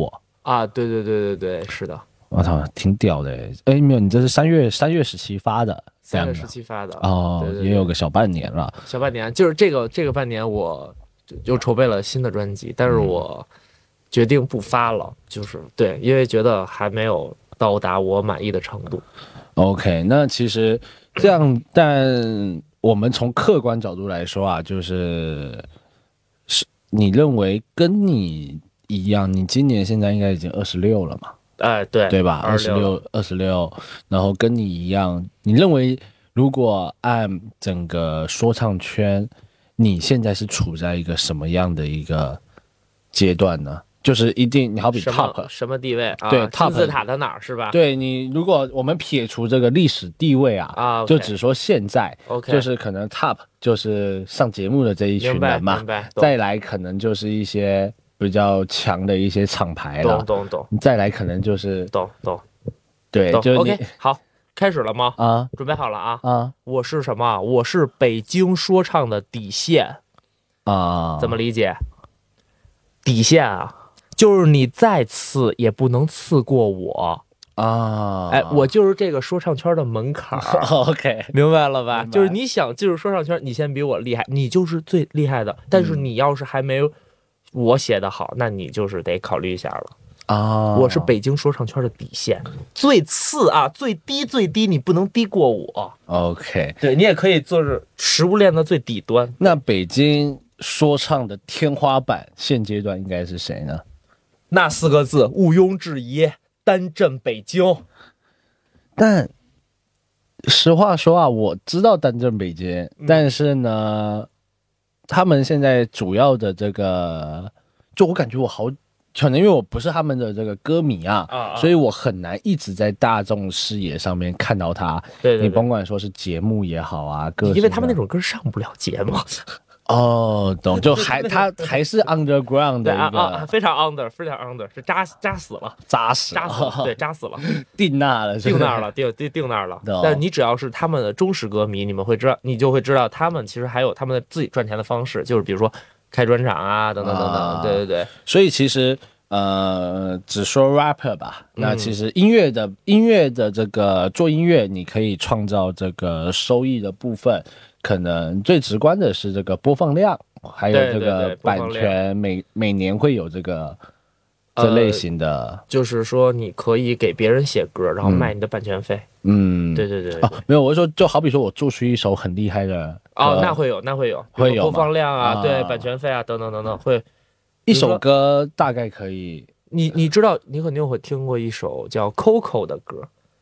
啊，对对对对对，是的， 我操，挺屌的哎！哎，没有，你这是三月三月十七发的，这样的三月十七发的哦， 对对对也有个小半年了。 小半年，就是这个这个半年我就就筹备了新的专辑，但是我决定不发了，就是对，因为觉得还没有到达我满意的程度。 OK，那其实这样，但我们从客观角度来说啊，就是是你认为跟你一样，你今年现在应该已经二十六了嘛？ 哎，对对吧？二十二十六六，二十六，然后跟你一样，你认为如果按整个说唱圈，你现在是处在一个什么样的一个阶段呢？就是一定，你好比什 top， 么什么地位啊？ 对金 top 字塔的哪儿是吧？ 对你，如果我们撇除这个历史地位啊， 啊，OK 就只说现在 OK 就是可能 top 就是上节目的这一群明白人嘛明，白，懂再来可能就是一些比较强的一些厂牌了懂，懂懂再来可能就是懂懂对， 懂就是你 ，OK，好，开始了吗？ 啊准备好了啊！ 啊我是什么？我是北京说唱的底线， 啊， 怎么理解？底线啊，就是你再次也不能刺过我。 啊？ 哎，我就是这个说唱圈的门槛儿， OK， 明白了吧？ 明白就是你想进入说唱圈，你先比我厉害，你就是最厉害的。但是嗯你要是还没有我写的好，那你就是得考虑一下了。 啊， 我是北京说唱圈的底线，最次啊，最低最低，你不能低过我。 OK。 对你也可以做是食物链的最底端。 那北京说唱的天花板现阶段应该是谁呢？ 那四个字毋庸置疑，单镇北京。 但实话说啊，我知道单镇北京， 嗯但是呢，他们现在主要的这个，就我感觉我好，可能因为我不是他们的这个歌迷啊， 啊啊所以我很难一直在大众视野上面看到他。 对对对你甭管说是节目也好啊，各因为他们那种种歌上不了节目。 哦，懂，就还他还是 underground 对的一啊啊， 个非常 under，非常 under，是扎扎死了， 扎实， 扎死了，对，扎死了， 定那了，是不是定那儿了，定定定那儿了。 懂但是你只要是他们的忠实歌迷，你们会知道，你就会知道他们其实还有他们的自己赚钱的方式，就是比如说开专场啊，等等等等。 啊对对对， 所以其实呃，只说 rapper 吧， 嗯那其实音乐的音乐的这个做音乐，你可以创造这个收益的部分，可能最直观的是这个播放量，还有这对对对个版播放量权，每每年会有这个呃这类型的， 就是说你可以给别人写歌，然后卖你的版权费。 嗯， 对对对对哦，没有，我是说，就好比说我做出一首很厉害的哦， 歌那会有，那会有， 会有比如说播放量啊， 吗对， 啊版权费啊，等等等等，会。 一首歌大概可以你你知道，你肯定会听过一首叫 Coco 的歌，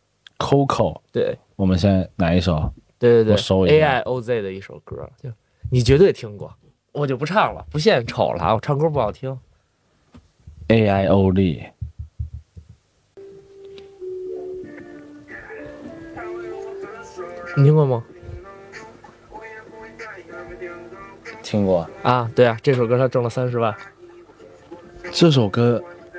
Coco， 对我们现在哪一首？ 对对对我搜一下 ，A I O Z 的一首歌，就你绝对听过，我就不唱了，不献丑了啊，我唱歌不好听。 A I O L， 你听过吗？ 听过啊，对啊，这首歌他挣了三十万。 这首歌，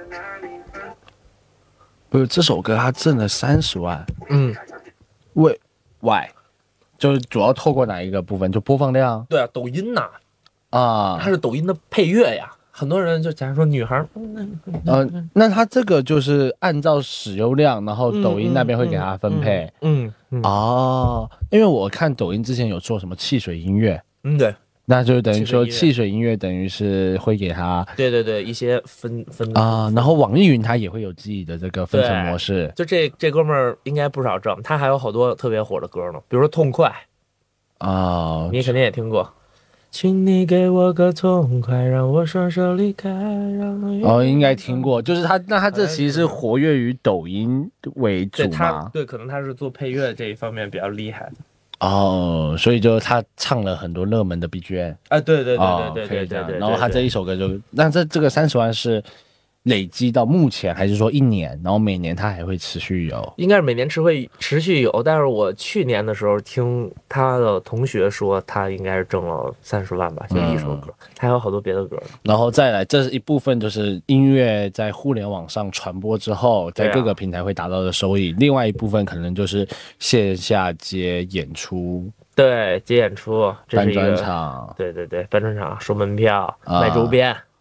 不是这首歌，他挣了三十万， 嗯， 为 why？就是主要透过哪一个部分？就播放量对啊，抖音呐， 啊它，是抖音的配乐呀。很多人就假如说女孩，嗯呃，那他这个就是按照使用量，然后抖音那边会给他分配。 嗯嗯哦，因为我看抖音之前有做什么汽水音乐， 嗯，对那就等于说汽汽水音乐等于是会给他对对对，一些分分啊，然后网易云它也会有自己的这个分成模式就这这哥们儿应该不少挣，他还有好多特别火的歌呢，比如说《痛快》， 啊。 你肯定也听过。请你给我个痛快，让我双手离开，让我哦，应该听过，就是他，那他这其实是活跃于抖音为主对他嘛？ 对，可能他是做配乐这一方面比较厉害的。 哦，所以就他唱了很多热门的 B G M， 啊，对对对哦对对可以这样对对对。 然后他这一首歌就，那这这个三十万是累积到目前，还是说一年？然后每年他还会持续有？ 应该是每年持会持续有，但是我去年的时候听他的同学说，他应该是挣了三十万吧，就一首歌，他还有好多别的歌呢。 然后再来，这是一部分就是音乐在互联网上传播之后，在对啊各个平台会达到的收益。另外一部分可能就是线下接演出、 对，接演出，这办专是一个， 场对对对，办专场收门票、 啊卖周边，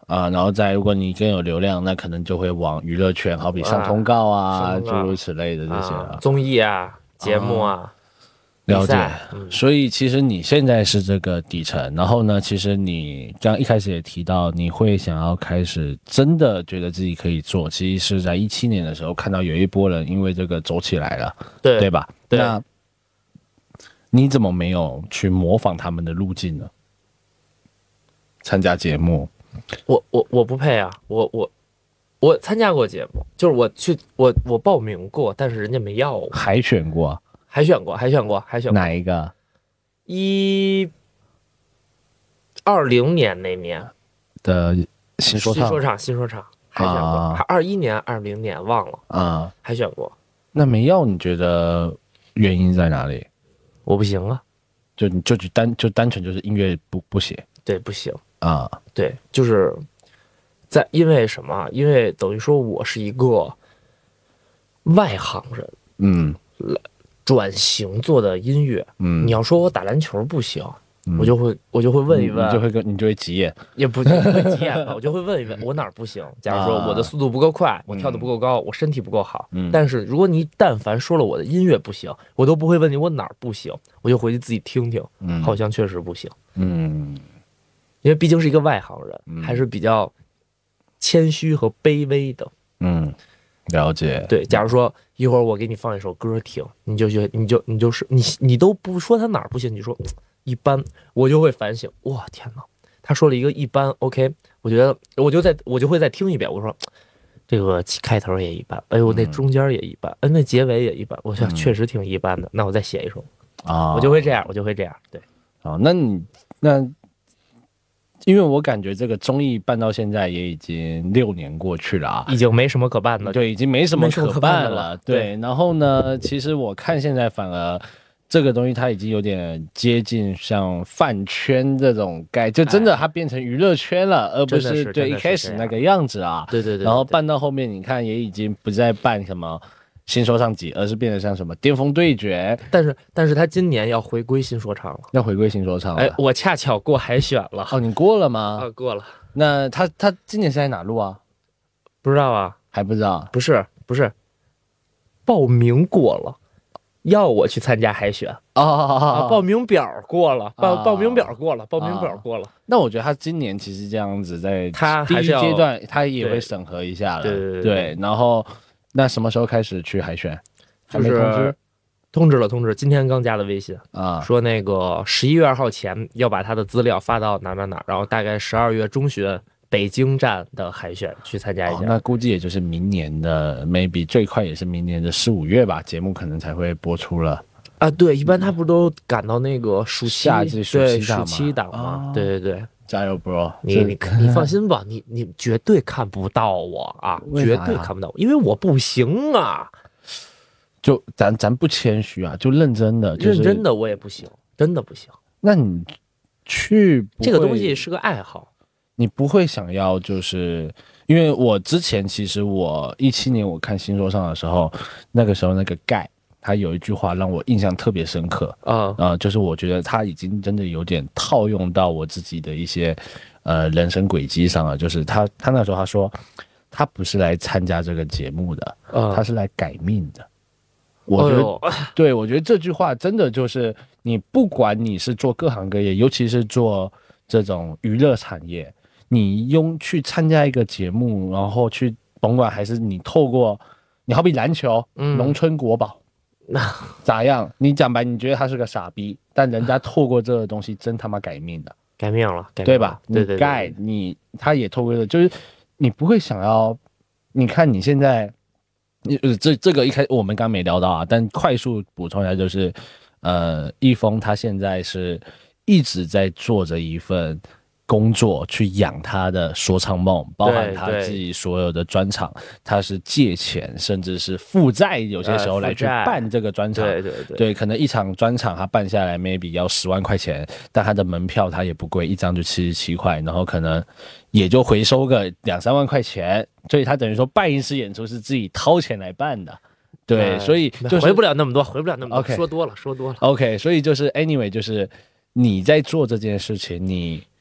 啊，然后再如果你更有流量，那可能就会往娱乐圈，好比上通告啊，诸如此类的这些啊，综艺啊，节目啊。 了解， 嗯、 所以其实你现在是这个底层，然后呢，其实你刚一开始也提到，你会想要开始真的觉得自己可以做，其实是在一七年的时候看到有一波人因为这个走起来了， 对对吧？ 对。 那你怎么没有去模仿他们的路径呢？参加节目， 我我我不配啊！我我我参加过节目，就是我去我我报名过，但是人家没要我。 海选过。 海选过，海选过，海选过哪一个？ 一二零年那年的新说唱， 新说唱，新说唱海选过，还二一年、二零年忘了啊， 海选过。 那没要，你觉得原因在哪里？ 我不行啊， 就你就单就单纯就是音乐不不写， 对，不行啊， 对，就是在因为什么？因为等于说我是一个外行人， 嗯。 转型做的音乐， 嗯， 你要说我打篮球不行，嗯、我就会我就会问一问， 你就会跟你就会急眼， 也不就会急眼吧，我就会问一问我哪儿不行。假如说我的速度不够快，啊、我跳得不够高，嗯、我身体不够好，嗯，但是如果你但凡说了我的音乐不行，我都不会问你我哪儿不行，我就回去自己听听，嗯，好像确实不行，嗯，因为毕竟是一个外行人，嗯、还是比较谦虚和卑微的， 嗯。了解， 对，假如说一会儿我给你放一首歌听，你就觉你就你就是你你都不说他哪儿不行，你说一般，我就会反省，哇天哪，他说了一个一般 ，OK， 我觉得我就再我就会再听一遍，我说这个开头也一般，哎呦那中间也一般，哎那结尾也一般，我想确实挺一般的，那我再写一首啊，我就会这样，我就会这样，对， 哦，那你那。因为我感觉这个综艺办到现在也已经六年过去了啊， 已经没什么可办的， 对，已经没什么可办了。对，然后呢，其实我看现在反而这个东西它已经有点接近像饭圈这种概，就真的它变成娱乐圈了，而不是对一开始那个样子啊。 对对对。 然后办到后面，你看也已经不再办什么新说唱集，而是变得像什么巅峰对决。 但是，但是他今年要回归新说唱了， 要回归新说唱了。 哎，我恰巧过海选了。 哦，你过了吗？ 啊，过了。 那他他今年是在哪录啊？ 不知道啊， 还不知道。 不是不是，报名过了，要我去参加海选啊、哦啊，报名表过了，报、哦、报名表过了，报名表过了。 那我觉得他今年其实这样子，在他第一阶段他也会审核一下了， 对对 对, 对。然后那什么时候开始去海选？还没通知？ 就是、通知了，通知。今天刚加的微信啊， 说那个十一月二号前要把他的资料发到哪哪哪，然后大概十二月中旬北京站的海选去参加一下。 哦、那估计也就是明年的 maybe 最快也是明年的四五月吧，节目可能才会播出了。 啊，对，一般他不都赶到那个暑期夏季暑期档暑期档吗？哦、对对对， 加油 bro！ 你你你放心吧，你你绝对看不到我啊，绝对看不到我，因为我不行啊。 就咱咱不谦虚啊，就认真的，就是、 认真的我也不行，真的不行。 那你去这个东西是个爱好， 你不会想要，就是因为我之前其实我一七年我看新说唱的时候，那个时候那个盖他有一句话让我印象特别深刻啊啊、呃，就是我觉得他已经真的有点套用到我自己的一些呃人生轨迹上了，就是他他那时候他说他不是来参加这个节目的， 嗯、 他是来改命的。我觉得，哦、对，我觉得这句话真的就是你不管你是做各行各业，尤其是做这种娱乐产业，你用去参加一个节目，然后去甭管还是你透过你好比篮球，嗯，农村国宝，那咋样？你讲白，你觉得他是个傻逼，但人家透过这个东西真他妈改命的， 改命了，改命了对吧？ 对对对， 你盖你他也透过了，就是你不会想要，你看你现在。这这个一开我们刚没聊到啊，但快速补充一下，就是呃，易峰他现在是一直在做着一份工作去养他的说唱梦，包含他自己所有的专场，他是借钱甚至是负债，有些时候来去办这个专场， 对对对， 对，可能一场专场他办下来 maybe 要十万块钱，但他的门票他也不贵，一张就七十七块，然后可能也就回收个两三万块钱，所以他等于说办一次演出是自己掏钱来办的。对，所以就是回不了那么多，回不了那么多。 Okay, 说多了，说多了。 OK， 所以就是 anyway， 就是你在做这件事情，你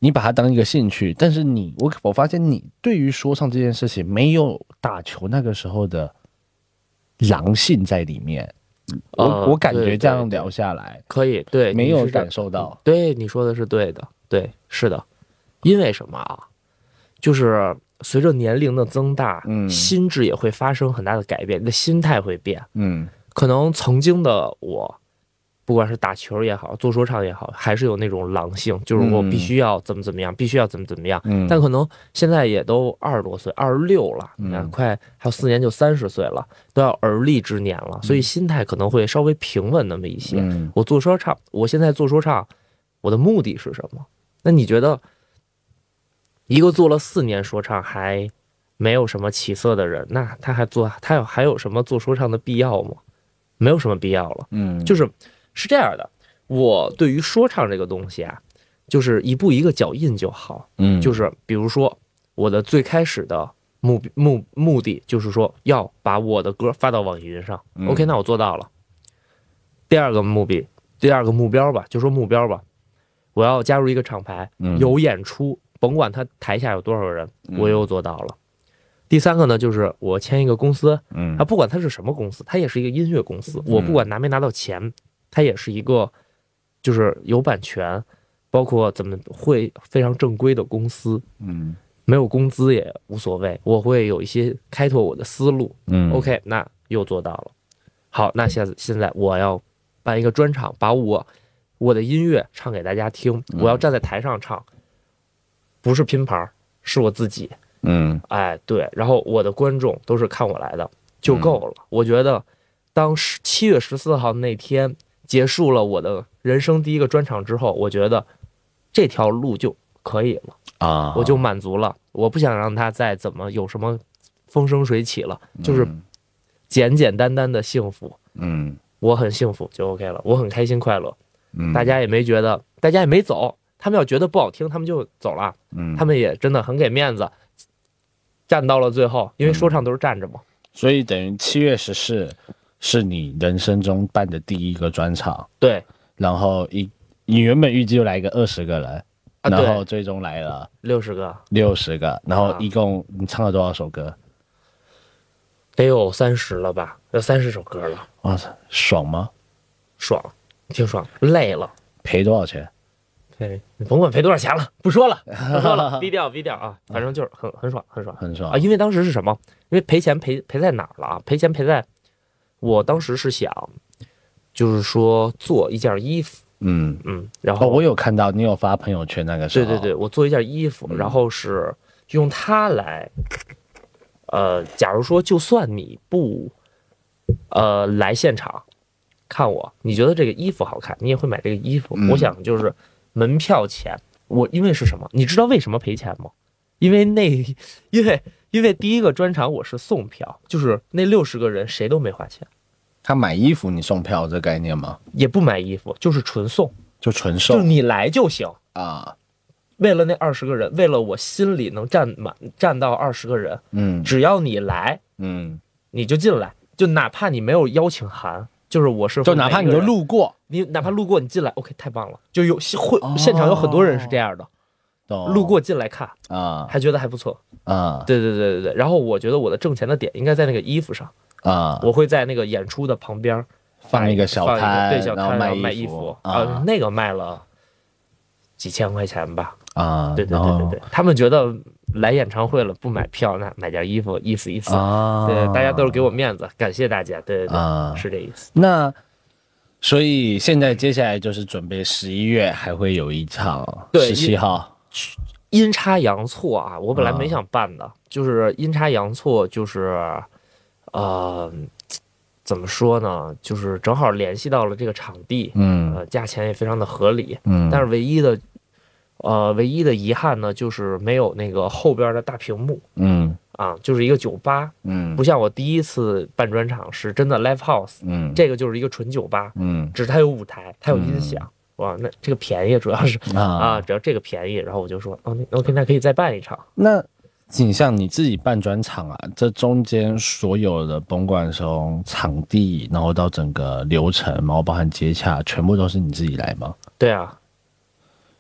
你把它当一个兴趣，但是你我我发现你对于说唱这件事情没有打球那个时候的狼性在里面。我、 呃、 我感觉这样聊下来， 可以，对， 没有感受到。 对，你说的是对的，对，是的。因为什么啊？就是随着年龄的增大，嗯，心智也会发生很大的改变，你的心态会变，嗯，可能曾经的我，不管是打球也好，做说唱也好，还是有那种狼性，就是我必须要怎么怎么样，嗯、必须要怎么怎么样。嗯，但可能现在也都二十多岁，二十六了，你看，快还有四年就三十岁了，都要而立之年了，所以心态可能会稍微平稳那么一些。嗯，我做说唱，我现在做说唱，我的目的是什么？那你觉得？一个做了四年说唱还没有什么起色的人，那他还做他有还有什么做说唱的必要吗？没有什么必要了。嗯，就是是这样的，我对于说唱这个东西啊，就是一步一个脚印就好。嗯，就是比如说我的最开始的目目目的就是说要把我的歌发到网易云上。嗯、OK， 那我做到了。第二个目的，第二个目标吧，就说目标吧，我要加入一个厂牌，有演出。甭管他台下有多少人，我又做到了。嗯、第三个呢，就是我签一个公司，嗯，他不管他是什么公司，他也是一个音乐公司。嗯、我不管拿没拿到钱，他也是一个，就是有版权，包括怎么会非常正规的公司，嗯，没有工资也无所谓，我会有一些开拓我的思路，嗯 ，OK， 那又做到了。好，那现在现在我要办一个专场，把我我的音乐唱给大家听，我要站在台上唱。不是拼盘，是我自己。嗯，哎，对，然后我的观众都是看我来的，就够了。嗯、我觉得，当七月十四号那天结束了我的人生第一个专场之后，我觉得这条路就可以了啊，我就满足了。我不想让他再怎么有什么风生水起了，就是简简单单的幸福。嗯，我很幸福就 OK 了，我很开心快乐。嗯，大家也没觉得，大家也没走。他们要觉得不好听，他们就走了。嗯，他们也真的很给面子，站到了最后，因为说唱都是站着嘛。嗯、 所以等于七月十四是你人生中办的第一个专场。 对。 然后一你原本预计就来个二十个人，啊、然后最终来了六十个。 六十个，然后一共你唱了多少首歌？ 得有三十了吧？有三十首歌了。 哇塞，爽吗？ 爽，挺爽。累了。 赔多少钱？ 对，你甭管赔多少钱了，不说了，不说了，低调低调啊，反正就是很很爽，很爽， 很爽啊！因为当时是什么？因为赔钱赔赔在哪儿了啊？赔钱赔在，我当时是想，就是说做一件衣服，嗯嗯，然后、 哦、我有看到你有发朋友圈那个时候， 对对对，我做一件衣服，然后是用它来，呃，假如说就算你不，呃，来现场看我，你觉得这个衣服好看，你也会买这个衣服。嗯、我想就是。门票钱，我因为是什么？你知道为什么赔钱吗？因为那，因为因为第一个专场我是送票，就是那六十个人谁都没花钱。 他买衣服你送票这概念吗？ 也不买衣服，就是纯送， 就纯送， 就是你来就行啊。 为了那二十个人，为了我心里能站满站到二十个人，嗯，只要你来，嗯，你就进来，就哪怕你没有邀请函。就是我是就哪怕你就路过， 你哪怕路过你进来 ，OK， 太棒了。就有会、哦、现场有很多人是这样的， 哦、 路过进来看啊，还觉得还不错啊。 对对对对对。然后我觉得我的挣钱的点应该在那个衣服上啊，我会在那个演出的旁边放一个小摊， 对小摊，然后卖衣服啊、 呃，那个卖了几千块钱吧啊。 对对对对对，他们觉得。来演唱会了不买票，那买件衣服意思意思啊。对，大家都是给我面子，感谢大家。对对对，啊、是这意思。 那所以现在接下来就是准备十一月还会有一场十七号， 阴差阳错啊，我本来没想办的，啊、就是阴差阳错，就是呃，怎么说呢？就是正好联系到了这个场地，嗯，呃，价钱也非常的合理，嗯，但是唯一的。呃，唯一的遗憾呢，就是没有那个后边的大屏幕，嗯，啊，就是一个酒吧，嗯，不像我第一次办专场是真的 live house，嗯，这个就是一个纯酒吧，嗯，只是它有舞台，它有音响，嗯、哇，那这个便宜主要是啊, 啊，只要这个便宜，然后我就说，哦 ，OK， 那可以再办一场。 那景象你自己办专场啊，这中间所有的甭管从场地，然后到整个流程，然后包含接洽，全部都是你自己来吗？ 对啊。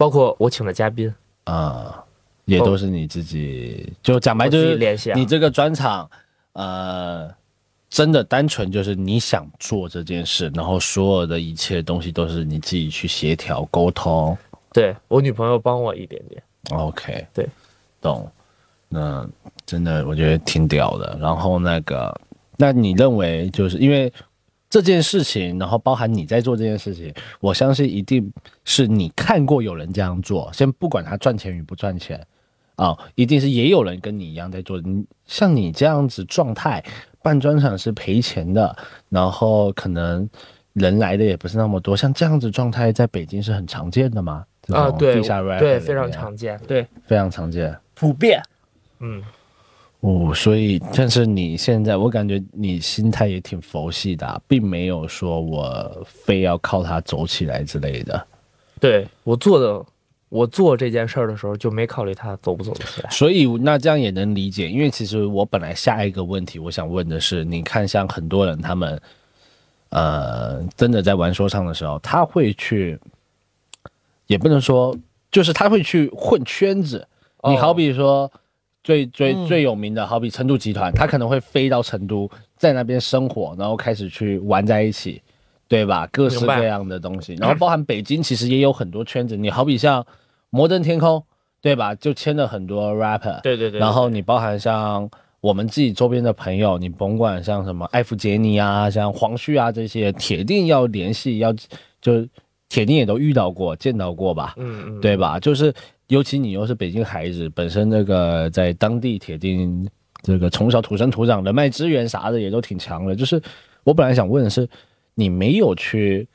包括我请的嘉宾啊、也都是你自己。就讲白就我自己是联想你这个专场，呃，真的单纯就是你想做这件事，然后所有的一切东西都是你自己去协调沟通。 对我女朋友帮我一点点。 OK， 对， 懂。那真的我觉得挺屌的。然后那个，那你认为就是因为这件事情，然后包含你在做这件事情，我相信一定是你看过有人这样做，先不管他赚钱与不赚钱啊、哦，一定是也有人跟你一样在做。你像你这样子状态，办专场是赔钱的，然后可能人来的也不是那么多，像这样子状态在北京是很常见的吗？ 啊，对地下 rap 对， 里非常面常见，对， 非常常见。 普遍。嗯， 哦，所以，但是你现在，我感觉你心态也挺佛系的、啊，并没有说我非要靠它走起来之类的。 对我做的，我做这件事儿的时候就没考虑他走不走得起来。 所以那这样也能理解，因为其实我本来下一个问题我想问的是，你看像很多人他们，呃，真的在玩说唱的时候，他会去，也不能说，就是他会去混圈子。 哦你好比说。最最嗯最有名的，好比成都集团，他可能会飞到成都，在那边生活，然后开始去玩在一起，对吧？各式各样的东西，然后包含北京其实也有很多圈子，你好比像摩登天空，对吧？就签了很多 rapper， 对对 对, 对。 然后你包含像我们自己周边的朋友，你甭管像什么艾弗杰尼啊，像黄旭啊这些，铁定要联系，要就铁定也都遇到过、见到过吧？ 嗯嗯， 对吧？就是。尤其你又是北京孩子，本身那个在当地铁定这个从小土生土长，人脉资源啥的也都挺强的。就是我本来想问的是，你没有去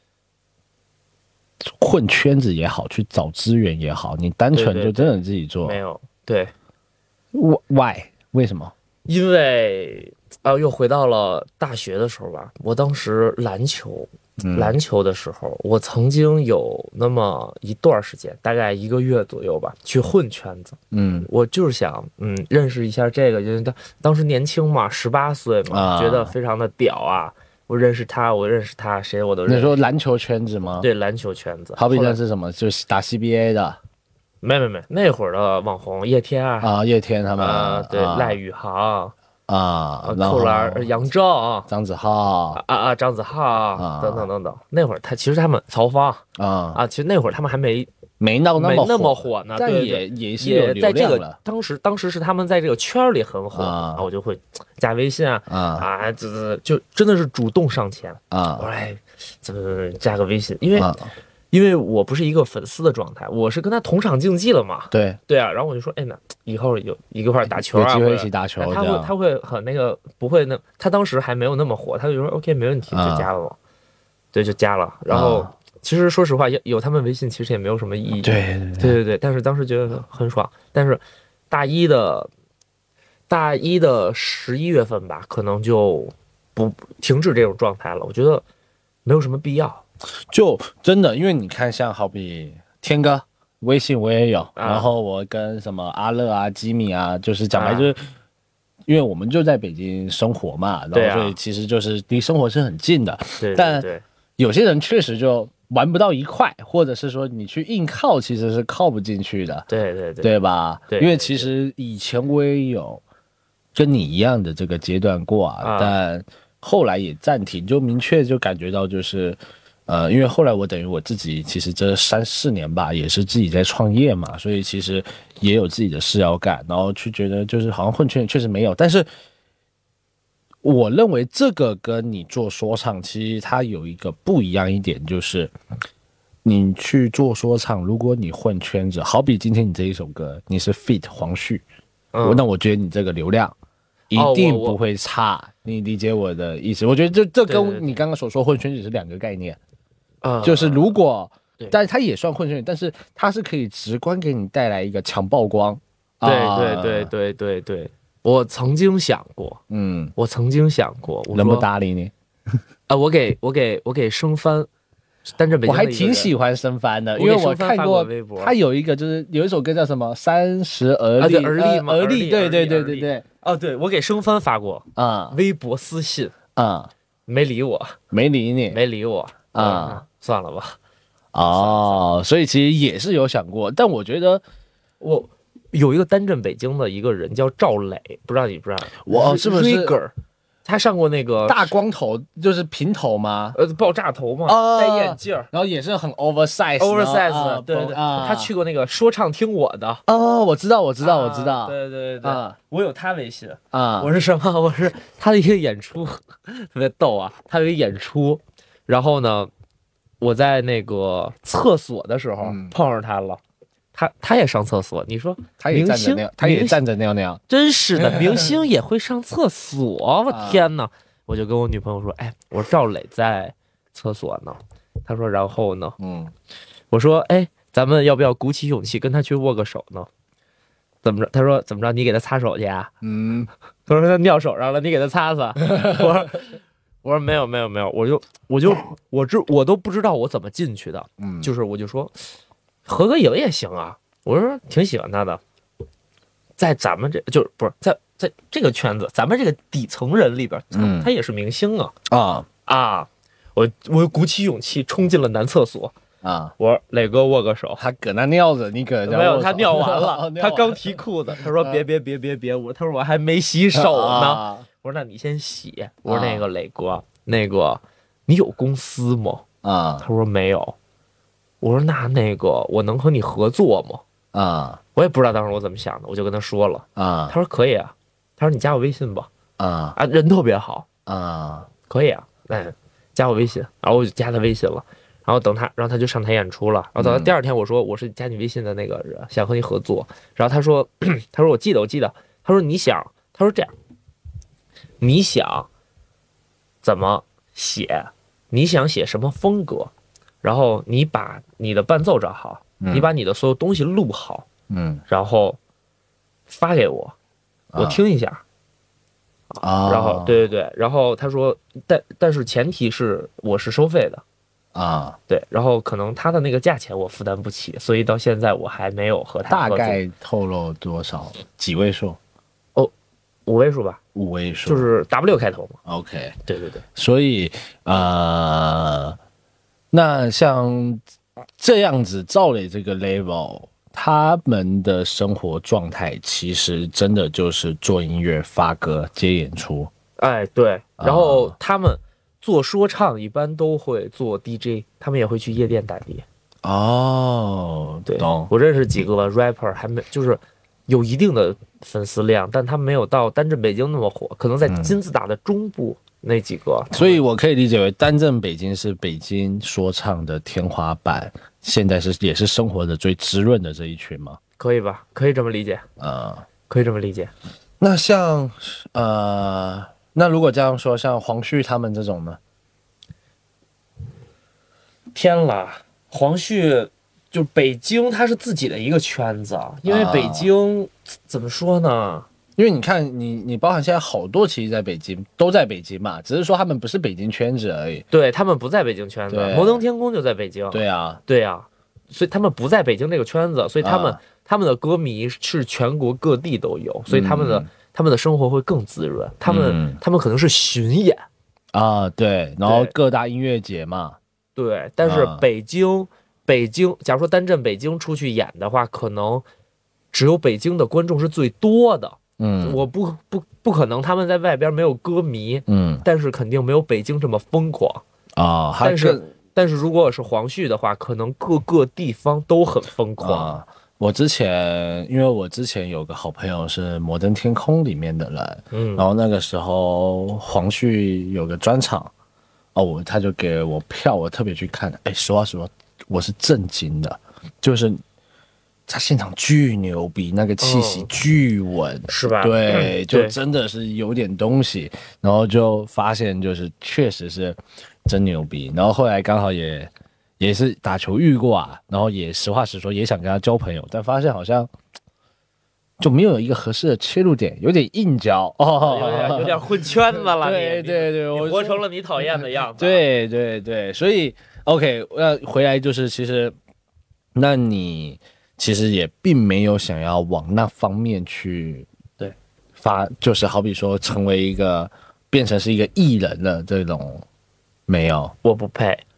混圈子也好，去找资源也好，你单纯就真的自己做？ 对对对没有，对 ，why 为什么？ 因为啊、呃，又回到了大学的时候吧。我当时篮球。篮球的时候，我曾经有那么一段时间，大概一个月左右吧，去混圈子。 嗯， 我就是想，嗯，认识一下这个，因为当当时年轻嘛，十八岁嘛、啊，觉得非常的屌啊。我认识他，我认识他，谁我都认识。 你说篮球圈子吗？ 对，篮球圈子。 好比那是什么？就是打 C B A 的。 没没没，那会儿的网红叶天啊， 叶天他们啊，对，啊、赖宇航。 啊， 扣篮杨钊、 张子浩啊啊，张子浩、啊、等等等等。那会儿他其实他们曹芳啊啊，其实那会儿他们还没没到那么那么火呢， 但也也是有流量了。 在这个当时当时是他们在这个圈里很火啊，我就会加微信啊啊，这就真的是主动上前啊，我说哎，怎么加个微信？因为。因为我不是一个粉丝的状态，我是跟他同场竞技了嘛。 对对啊，然后我就说，哎，那以后有一个块打球啊， 有机会一起打球。 他会他会很那个，不会那他当时还没有那么火，他就说 OK 没问题，就加了我。啊、对，就加了。然后、啊、其实说实话，有他们微信其实也没有什么意义。 对对对对对对，但是当时觉得很爽。但是大一的大一的十一月份吧，可能就不停止这种状态了。我觉得没有什么必要。 就真的，因为你看，像好比天哥微信我也有， 啊、 然后我跟什么阿乐啊、吉米啊，就是讲白就是，啊、因为我们就在北京生活嘛，然后所以其实就是离生活是很近的。 对、啊， 但有些人确实就玩不到一块，或者是说你去硬靠，其实是靠不进去的。 对对对， 对吧？ 对， 因为其实以前我也有跟你一样的这个阶段过啊，啊但后来也暂停，就明确就感觉到就是。呃，因为后来我等于我自己，其实这三四年吧，也是自己在创业嘛，所以其实也有自己的事要干，然后去觉得就是好像混圈确实没有，但是我认为这个跟你做说唱，其实它有一个不一样一点，就是你去做说唱，如果你混圈子，好比今天你这一首歌，你是 feat 黄旭，嗯、那我觉得你这个流量一定不会差，哦、你理解我的意思？我觉得这这跟你刚刚所说混圈子是两个概念。 Uh, 就是如果，但是它也算混圈，但是它是可以直观给你带来一个强曝光。 对对对对对对，我曾经想过，嗯，我曾经想过，我能不搭理你？ 啊，我给我给我给生番，单着北京我还挺喜欢生番的，因为我看过他有一个就是有一首歌叫什么三十而立， 而立嘛， 而立，对对对对对， 哦，对我给生番发过啊，微博私信啊， 没理我， 没理你， 没理我。啊、嗯，算了吧。 哦，所以其实也是有想过，但我觉得我有一个单镇北京的一个人叫赵磊，不知道你不知道？ 我是不是 Rigger？他上过那个大光头，就是平头吗？ 呃爆炸头嘛， 啊戴眼镜儿然后也是很 oversize oversize，、 啊、 对对， 啊， 他去过那个说唱听我的， 哦，我知道，我知道， 啊我知道， 对对对对， 啊我有他微信， 啊， 我是什么？我是他的一个演出，特别逗啊！他有一个演出，然后呢，我在那个厕所的时候嗯碰上他了，他他也上厕所，你说他也站着明星尿，他也明星站着尿尿， 真是的，明星也会上厕所，我啊天哪！我就跟我女朋友说，哎，我说赵磊在厕所呢，他说然后呢？ 嗯， 我说，哎，咱们要不要鼓起勇气跟他去握个手呢？怎么着？他说怎么着？你给他擦手去啊？ 嗯， 他说他尿手上了，你给他擦擦。我说我说没有没有没有，我就我就我知我都不知道我怎么进去的， 嗯， 就是我就说合个影也行啊，我说挺喜欢他的，在咱们这就是不是在在这个圈子，咱们这个底层人里边，他嗯他也是明星啊啊啊！我我鼓起勇气冲进了男厕所， 啊， 我说磊哥握个手。 他搁那尿着，你搁那没有， 握手他尿完了， 尿完他刚提裤子，他说别别别别别，我他说我还没洗手呢， 啊我说那你先洗，我说那个磊哥，那个你有公司吗？ 啊他说没有，我说那那个我能和你合作吗？ 啊我也不知道当时我怎么想的，我就跟他说了， 啊他说可以啊，他说你加我微信吧， 啊啊人特别好， 啊可以啊，那加我微信，然后我就加他微信了。然后等他，然后他就上台演出了。然后等到第二天，我说我是加你微信的那个人，想和你合作。然后他说，他说我记得，我记得。他说你想，他说这样，你想怎么写？你想写什么风格？然后你把你的伴奏找好，你把你的所有东西录好， 嗯然后发给我，我听一下。 啊， 然后对对对，然后他说，但但是前提是我是收费的。 啊， 对，然后可能他的那个价钱我负担不起，所以到现在我还没有和他合作。 大概透露多少？几位数？ 五位数吧， 五位数， 就是 W 开头嘛。 OK。 对对对， 所以呃，那像这样子赵磊这个 level，他们的生活状态其实真的就是做音乐、发歌、接演出。 哎对，然后他们做说唱一般都会做 D J， 他们也会去夜店打碟。 哦， 对， 懂。 我认识几个 rapper， 还没就是有一定的粉丝量，但他没有到单镇北京那么火，可能在金字塔的中部那几个。 所以我可以理解为单镇北京是北京说唱的天花板，现在是也是生活的最滋润的这一群吗？ 可以吧？可以这么理解， 呃， 可以这么理解。 那像呃，那如果这样说，像黄旭他们这种呢？ 天了，黄旭就北京，它是自己的一个圈子，因为北京、啊、怎么说呢？ 因为你看你，你包含现在好多其实在北京都在北京嘛，只是说他们不是北京圈子而已。 对，他们不在北京圈子，摩登天空就在北京。 对啊， 对啊，所以他们不在北京这个圈子，所以他们、啊、他们的歌迷是全国各地都有，所以他们的、嗯、他们的生活会更滋润。他们、嗯、他们可能是巡演啊，对，然后各大音乐节嘛。 对，但是北京、啊、北京，假如说单镇北京出去演的话，可能只有北京的观众是最多的。 嗯， 我不不不可能他们在外边没有歌迷， 嗯， 但是肯定没有北京这么疯狂啊。 但是但是如果是黄旭的话，可能各个地方都很疯狂。 啊、我之前因为我之前有个好朋友是摩登天空里面的人， 嗯， 然后那个时候黄旭有个专场，哦，我他就给我票，我特别去看。哎，实话实说，我是震惊的，就是他现场巨牛逼，那个气息巨稳， 哦、是吧？ 对， 嗯、 就真的是有点东西。然后就发现，就是确实是真牛逼。然后后来刚好也也是打球遇过啊，然后也实话实说，也想跟他交朋友，但发现好像就没有一个合适的切入点，有点硬交哦，有点有点混圈子了。 对对对， 我活成了你讨厌的样子。 对对对，所以 OK， 那回来就是其实，那你。其实也并没有想要往那方面去对发，就是好比说成为一个变成是一个艺人的这种，没有， 我不配，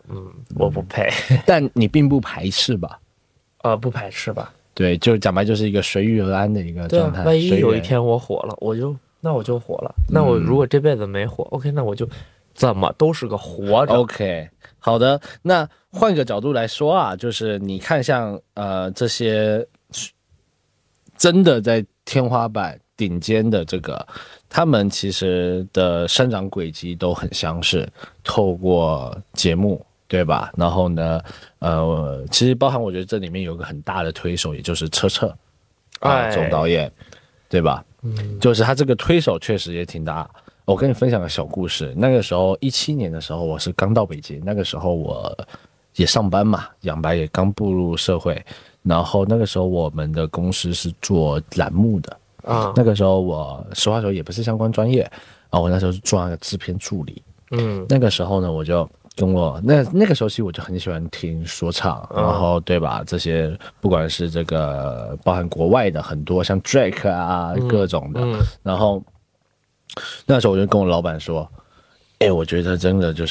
嗯，我不配。 但你并不排斥吧？ 呃，不排斥吧？ 对，就讲白就是一个随遇而安的一个状态。 对啊，万一有一天我火了，我就那我就火了。那我如果这辈子没火、嗯、，OK， 那我就怎么都是个活着。 OK， 好的。那换个角度来说啊，就是你看像呃这些真的在天花板顶尖的这个，他们其实的生长轨迹都很相似，透过节目。对吧？然后呢，呃，其实包含我觉得这里面有个很大的推手，也就是车澈啊，总、呃、导演，对吧？嗯，就是他这个推手确实也挺大。我跟你分享个小故事，那个时候一七年的时候，我是刚到北京，那个时候我也上班嘛，养白也刚步入社会，然后那个时候我们的公司是做栏目的啊，那个时候我实话说也不是相关专业，然后我那时候是做那个制片助理，嗯，那个时候呢我就。跟我那那个时候，其实我就很喜欢听说唱，然后对吧？这些不管是这个包含国外的很多，像 Drake 啊、嗯、各种的，嗯、然后那时候我就跟我老板说：“哎、欸，我觉得真的就是，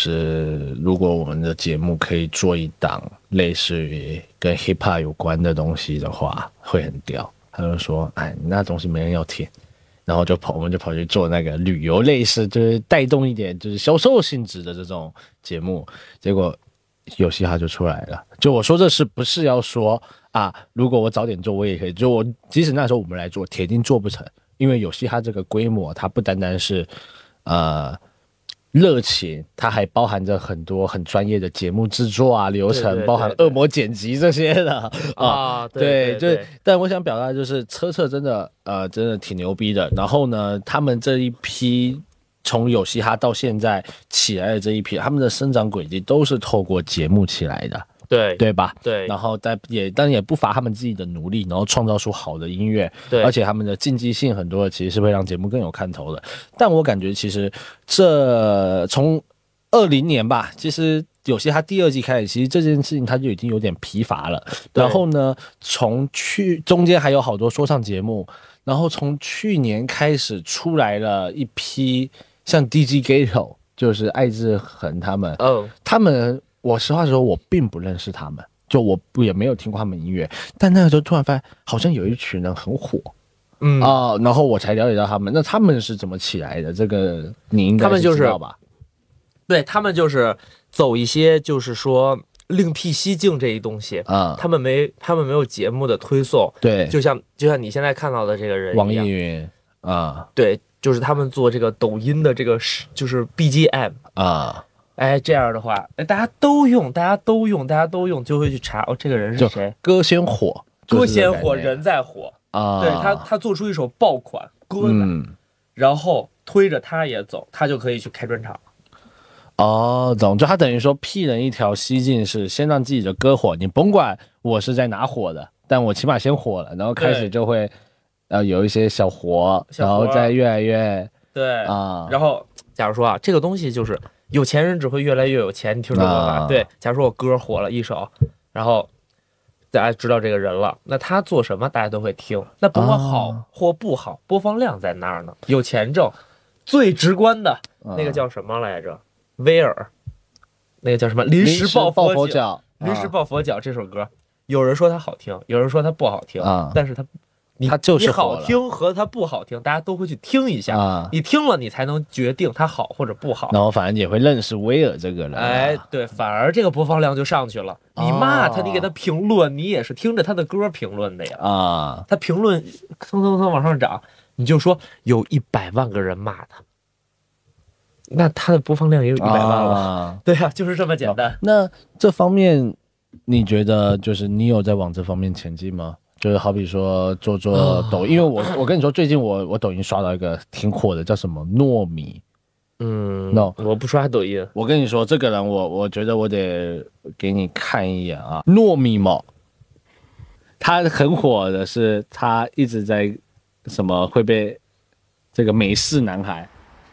如果我们的节目可以做一档类似于跟 hip hop 有关的东西的话，会很屌。”他就说：“哎，那东西没人要听。”然后就跑，我们就跑去做那个旅游类似，就是带动一点就是销售性质的这种节目。结果有嘻哈就出来了。就我说这是不是要说啊？如果我早点做，我也可以。就我即使那时候我们来做，铁定做不成，因为有嘻哈这个规模，它不单单是呃热情，它还包含着很多很专业的节目制作啊流程，对对对对，包含恶魔剪辑这些的啊。 啊对对对对， 就是，但我想表达就是车澈真的呃真的挺牛逼的。然后呢，他们这一批从有嘻哈到现在起来的这一批，他们的生长轨迹都是透过节目起来的。 对对吧？ 对， 然后但也但也不乏他们自己的努力，然后创造出好的音乐。 对， 而且他们的竞技性很多的，其实是会让节目更有看头的。但我感觉其实这从二零年吧，其实有些他第二季开始，其实这件事情他就已经有点疲乏了。然后呢，从去中间还有好多说唱节目，然后从去年开始出来了一批像 D J Gato， 就是艾志恒他们，哦， oh. 他们。我实话说，我并不认识他们，就我也没有听过他们音乐，但那个时候突然发现，好像有一群人很火，嗯啊、呃，然后我才了解到他们。那他们是怎么起来的？这个你应该是知道吧？ 他们就是、对他们就是走一些，就是说另辟蹊径这一东西啊、嗯。他们没，他们没有节目的推送， 对， 就像就像你现在看到的这个人一样， 网易云啊， 对，就是他们做这个抖音的这个就是 B G M 啊。哎，这样的话，哎，大家都用，大家都用，大家都用，就会去查哦，这个人是谁？ 歌先火， 歌先火，人再火啊！对他，他做出一首爆款歌来、嗯，然后推着他也走，他就可以去开专场。 哦，懂，就他等于说辟人一条西径，是先让自己的歌火，你甭管我是在哪火的，但我起码先火了，然后开始就会呃有一些小活，然后再越来越对啊。然后假如说啊，这个东西就是。有钱人只会越来越有钱，你听说过吧？啊、对，假如说我歌火了一首，然后大家知道这个人了，那他做什么大家都会听。那甭管好或不好，啊、播放量在那儿呢。有钱挣，最直观的、啊、那个叫什么来着？威尔，那个叫什么？临时抱佛脚。临时抱佛脚这首歌，有人说它好听，有人说它不好听，啊、但是它。你它就是你好听和它不好听，大家都会去听一下啊。你听了，你才能决定它好或者不好。 然后反正也会认识威尔这个人、啊。 哎，对，反而这个播放量就上去了。你骂他，你给他评论，你也是听着他的歌评论的呀。啊，他评论蹭蹭蹭往上涨，你就说有一百万个人骂他，那他的播放量也有一百万了。啊、对呀、啊，就是这么简单。 那这方面，你觉得就是你有在往这方面前进吗？就是好比说做做抖音，因为我我跟你说，最近我我抖音刷到一个挺火的，叫什么糯米。 嗯 ，no， 我不刷抖音。 我跟你说，这个人我我觉得我得给你看一眼啊，糯米猫。他很火的是，他一直在什么会被这个美式男孩。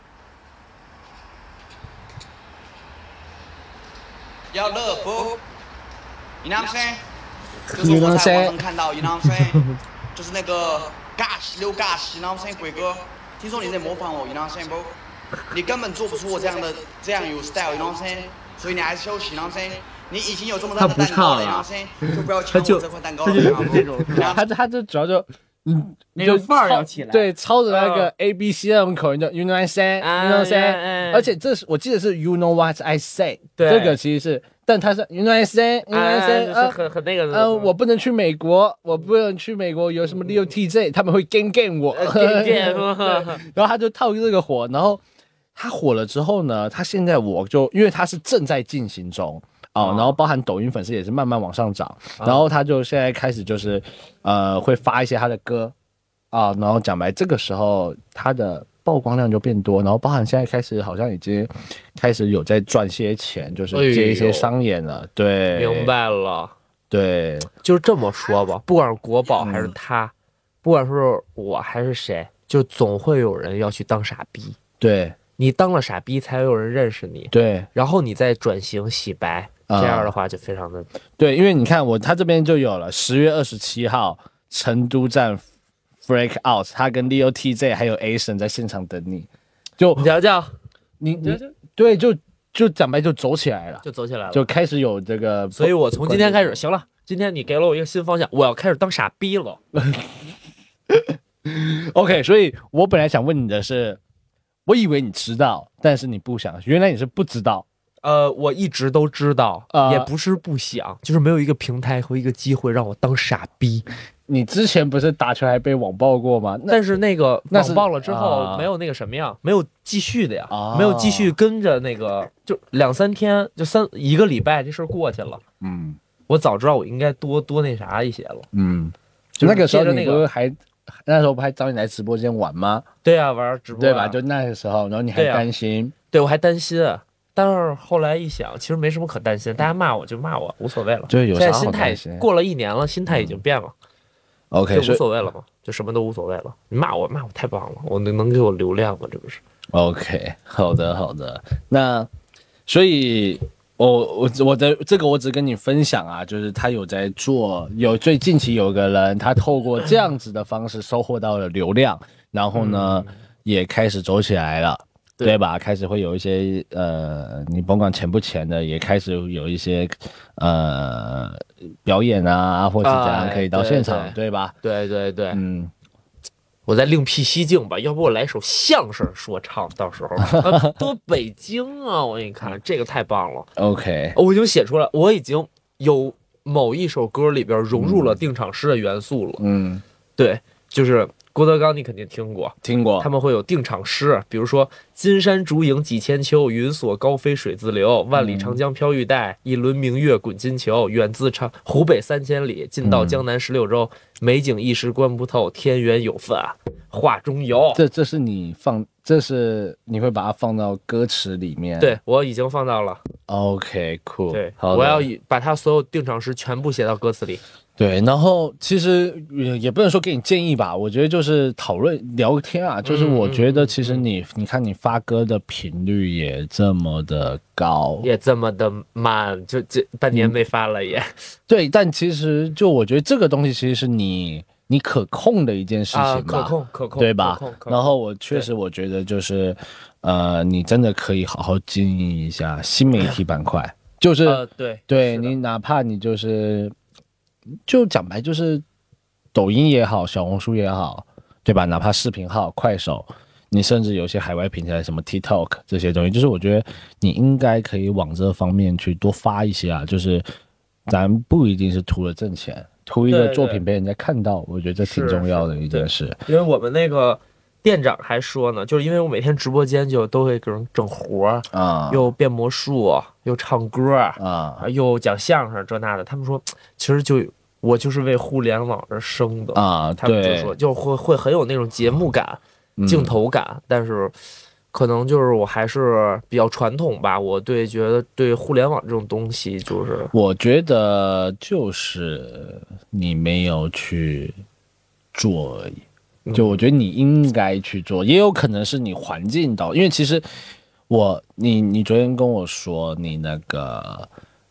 要乐不？你那么谁？就是我在网上看到，you know what I'm saying， 就是那个 Gosh 六 Gosh，you know what I'm saying， 鬼哥，听说你在模仿我，you know what I'm saying bro， 你根本做不出我这样的这样有 style，you know what I'm saying， 所以你还是休息，你知道吗？你已经有这么大的蛋糕了，你知道吗？就不要抢我这块蛋糕了，好不好？ 他他这主要就嗯， 那个范儿要起来， 对，抄着那个 A B C 那种口音叫 You know what I say, You know what I say， 而且这是我记得是 You know what I say， 这个其实是，但他是 You know what I say, You know what I say， 呃，很很那个， 呃，我不能去美国，我不能去美国，有什么 Leo T J 他们会 gang gang 我，然后他就套这个火，然后他火了之后呢，他现在我就因为他是正在进行中。哦，然后包含抖音粉丝也是慢慢往上涨，然后他就现在开始就是，呃，会发一些他的歌，啊，然后讲白这个时候他的曝光量就变多，然后包含现在开始好像已经开始有在赚些钱，就是接一些商演了，哎、对， 明白了， 对， 就是这么说吧，不管是国宝还是他，嗯、不管是我还是谁，就总会有人要去当傻逼， 对。 你当了傻逼，才有人认识你。对，然后你再转型洗白，这样的话就非常的、 嗯、对。因为你看我，他这边就有了十月二十七号成都站 Freak Out， 他跟 Leo T J 还有 Ason 在现场等你，就你瞧瞧， 你你对，就就讲白就走起来了， 就走起来了， 就开始有这个。 所以我从今天开始，行了，今天你给了我一个新方向，我要开始当傻逼了。 OK， 所以我本来想问你的是。我以为你知道，但是你不想，原来你是不知道。 呃，我一直都知道，呃、也不是不想，就是没有一个平台和一个机会让我当傻逼。 你之前不是打球还被网暴过吗？ 但是那个网暴了之后，没有那个什么呀，没有继续的呀，啊、没有继续跟着那个，就两三天，就三一个礼拜，这事儿过去了。嗯，我早知道我应该多多那啥一些了。 嗯，就那个时候你不是还。那时候不还找你来直播间玩吗？ 对啊，玩直播、啊、 对吧？就那个时候，然后你还担心， 对、啊、对我还担心，但是后来一想，其实没什么可担心，大家骂我就骂我，无所谓了。 对，有啥好担心？现在心态过了一年了，心态已经变了。 嗯、OK， 就无所谓了嘛，就什么都无所谓了。你骂我，骂我太棒了，我能能给我流量吗？这不是 ？OK， 好的好的，那所以。我我我的这个我只跟你分享啊，就是他有在做，有最近期有个人他透过这样子的方式收获到了流量，然后呢、嗯、也开始走起来了， 对, 对吧？开始会有一些呃，你甭管钱不钱的，也开始有一些呃表演啊，或者怎样可以到现场，哎、对, 对, 对吧？ 对对对， 嗯。 我再另辟蹊径吧，要不我来首相声说唱，到时候、啊、多北京啊！我给你看，这个太棒了。 OK， 我已经写出来，我已经有某一首歌里边融入了定场诗的元素了。嗯，对，就是郭德纲，你肯定听过， 听过。 他们会有定场诗，比如说“金山竹影几千秋，云锁高飞水自流。万里长江飘玉带，一轮明月滚金球。远自长湖北三千里，近到江南十六州。美景一时观不透，天缘有份画中游。” 这这是你放，这是你会把它放到歌词里面？ 对，我已经放到了。 OK， cool。 对，我要把它所有定场诗全部写到歌词里。 对，然后其实也不能说给你建议吧，我觉得就是讨论聊天啊，就是我觉得其实你、嗯、你看你发歌的频率也这么的高， 也这么的慢，就这半年没发了也、嗯。 对，但其实就我觉得这个东西其实是你你可控的一件事情吧，啊、 可控可控， 对吧？ 可控。 然后我确实我觉得就是呃，你真的可以好好经营一下新媒体板块，就是、 呃、对对你哪怕你就是。就讲白就是抖音也好，小红书也好，对吧？哪怕视频号、快手，你甚至有些海外平台什么 TikTok 这些东西，就是我觉得你应该可以往这方面去多发一些啊。就是咱不一定是图了挣钱，图一个作品被人家看到，我觉得这挺重要的一件事。 因为我们那个店长还说呢，就是因为我每天直播间就都会给人整活啊，又变魔术，又唱歌啊，又讲相声这那的。他们说，其实就我就是为互联网而生的啊。 他们就说，就会会很有那种节目感、镜头感，嗯、但是可能就是我还是比较传统吧。我对觉得对互联网这种东西，就是我觉得就是你没有去做而已。就我觉得你应该去做，也有可能是你环境导，因为其实我你你昨天跟我说你那个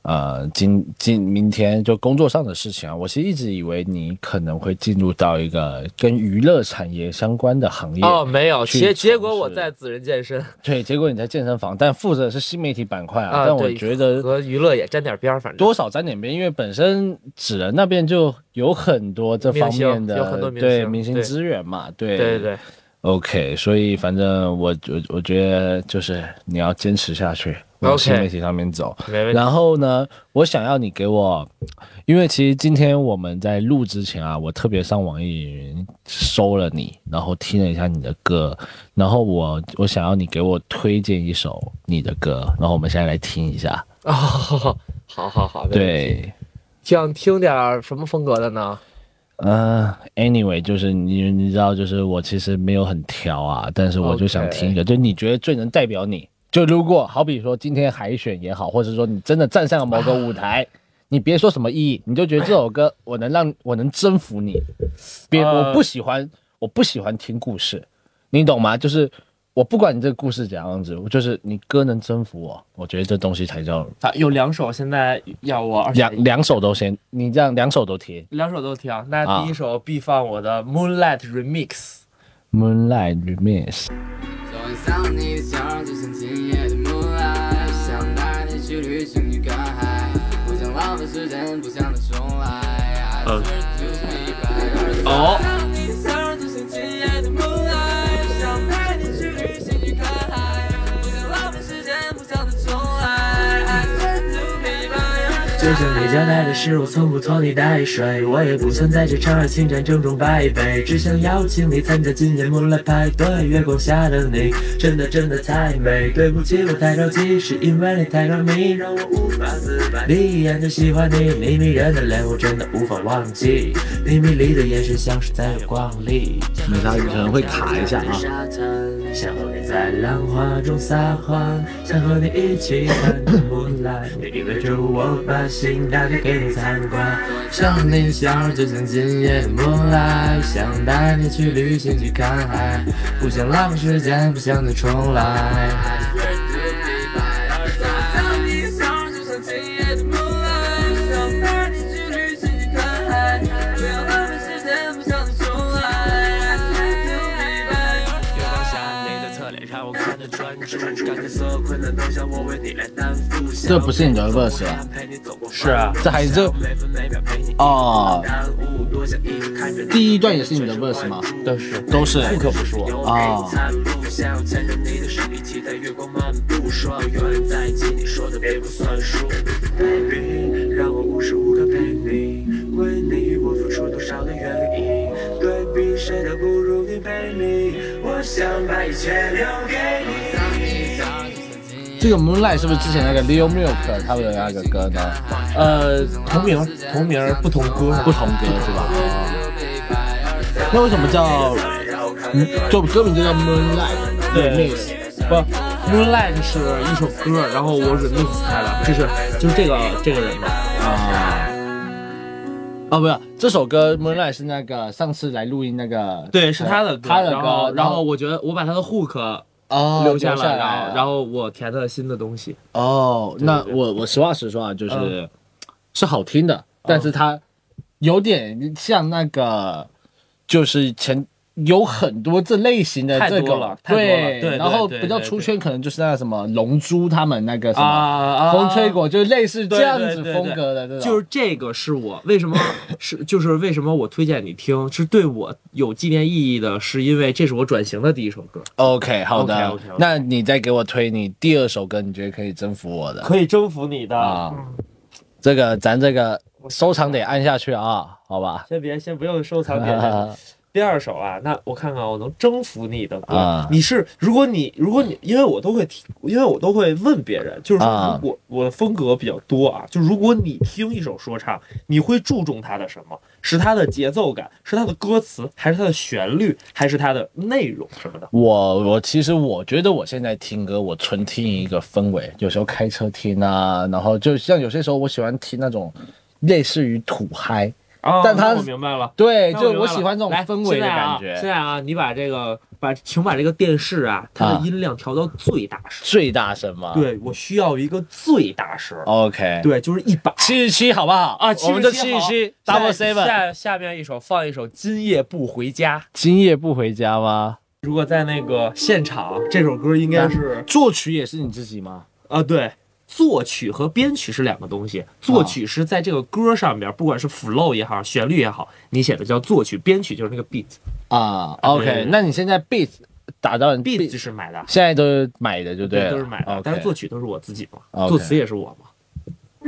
呃，今今明天就工作上的事情啊，我其实一直以为你可能会进入到一个跟娱乐产业相关的行业。 哦，没有，结结果我在子人健身。 对，结果你在健身房，但负责的是新媒体板块啊。 啊但我觉得和娱乐也沾点边儿，反正多少沾点边，因为本身纸人那边就有很多这方面的， 有很多明星对明星资源嘛，对对对对。 OK， 所以反正我我我觉得就是你要坚持下去，往新媒体上面走。 没问题。 然后呢，我想要你给我，因为其实今天我们在录之前啊，我特别上网易云搜了你，然后听了一下你的歌，然后我我想要你给我推荐一首你的歌，然后我们现在来听一下。 哦，好好好， 对， 想听点什么风格的呢？ 呃 ，anyway， 就是你你知道，就是我其实没有很挑啊，但是我就想听一个， Okay. 就你觉得最能代表你。就如果好比说今天海选也好，或者说你真的站上了某个舞台，你别说什么意义，你就觉得这首歌我能让我能征服你。别，我不喜欢，我不喜欢听故事，你懂吗？就是我不管你这个故事怎样子，就是你歌能征服我，我觉得这东西才叫。 啊，有两首，现在要我两两首都先，你这样两首都贴， 两首都听。那第一首必放我的 Moonlight Remix。Moonlight Remix。 想你的笑容就像今夜的 moonlight， 想带你去旅行去看海，不想浪费时间，不想再重来。 嗯。 哦。想你的笑容就像今夜的 moonlight， 想带你去旅行去看海，不想浪费时间，不想再重来。 就像你交代的事，我从不拖泥带水，我也不想在这场爱情战争中败北，只想邀请你参加今夜moonlight派对。月光下的你，真的真的太美。对不起，我太着急，是因为你太让迷，让我无法自拔。第一眼就喜欢你，你迷人的脸我真的无法忘记，你迷离的眼神像是在月光里。 没啥，可能会卡一下啊。 想和你在浪花中撒欢，想和你一起看着moonlight，你意味着我把心打开给你参观。想你的笑容就像今夜的moonlight，想带你去旅行去看海，不想浪费时间，不想再重来。 想你的笑容就像今夜的 moonlight， 想带你去旅行去看海，不要浪费时间，不想再重来。 月光下你的侧脸让我看得专注，感觉所有困难都像我为你来担负。 这不是你的 verse 啊？ 是啊， 这还是这哦。第一段也是你的 verse 吗？ 都是， 都是， 不可不是我啊。 Baby， 让我无时无刻陪你，为你我付出多少的愿意，对比谁都不如你陪你，我想把一切留给你。 这个 Moonlight 是不是之前那个 Lil Milk 他们的那个歌呢？ 呃，同名，同名，不同歌， 不同歌是吧？那为什么叫，嗯，就歌名就叫 Moonlight Remix？ 不 ，Moonlight 是一首歌，然后我 remix 它的，就是就是这个这个人嘛。 啊。哦，不是，这首歌 Moonlight 是那个上次来录音那个， 对，是他的歌， 他的歌。 然后，然后我觉得我把他的 hook 哦留下来， 然后然后我填的新的东西。 哦，那我我实话实说啊，就是、嗯、是好听的，但是它有点像那个，就是前有很多这类型的这个， 对对，然后比较出圈可能就是那个什么龙珠他们那个什么风吹过，就是类似这样子风格的这种。 就是这个是我为什么是就是为什么我推荐你听，是对我有纪念意义的，是因为这是我转型的第一首歌。 OK， 好的 okay, okay, okay. 那你再给我推你第二首歌，你觉得可以征服我的？ 可以征服你的啊！这个咱这个收藏得按下去啊，好吧？ 先别先不用收藏点。第二首啊，那我看看我能征服你的歌。 啊、 你是如果你如果你因为我都会因为我都会问别人，就是说如果我的风格比较多啊，就如果你听一首说唱，你会注重它的什么？是它的节奏感，是它的歌词，还是它的旋律，还是它的内容什么的？ 我我其实我觉得我现在听歌，我纯听一个氛围，有时候开车听啊，然后就像有些时候我喜欢听那种类似于土嗨。 哦， 但他那我明白了。 对， 那就明白了我喜欢这种来氛围的感觉。 现在啊，现在啊你把这个把，请把这个电视啊，它的音量调到最大声。 最大声吗？ 对，我需要一个最大声。 ，OK， 对，就是一百七十七，好不好？ 啊， 我们就七十七 ，double seven。 下下面一首放一首《今夜不回家》。 今夜不回家吗？ 如果在那个现场，这首歌应该是作曲也是你自己吗？ 啊，对。作曲和编曲是两个东西，作曲是在这个歌上边，不管是 flow 也好，旋律也好，你写的叫作曲，编曲就是那个 beat 啊。OK， 那你现在 beat 打到 beat 就是买的， 现在都是买的，就对了， 都是买的， okay. 但是作曲都是我自己嘛， okay. 作词也是我嘛，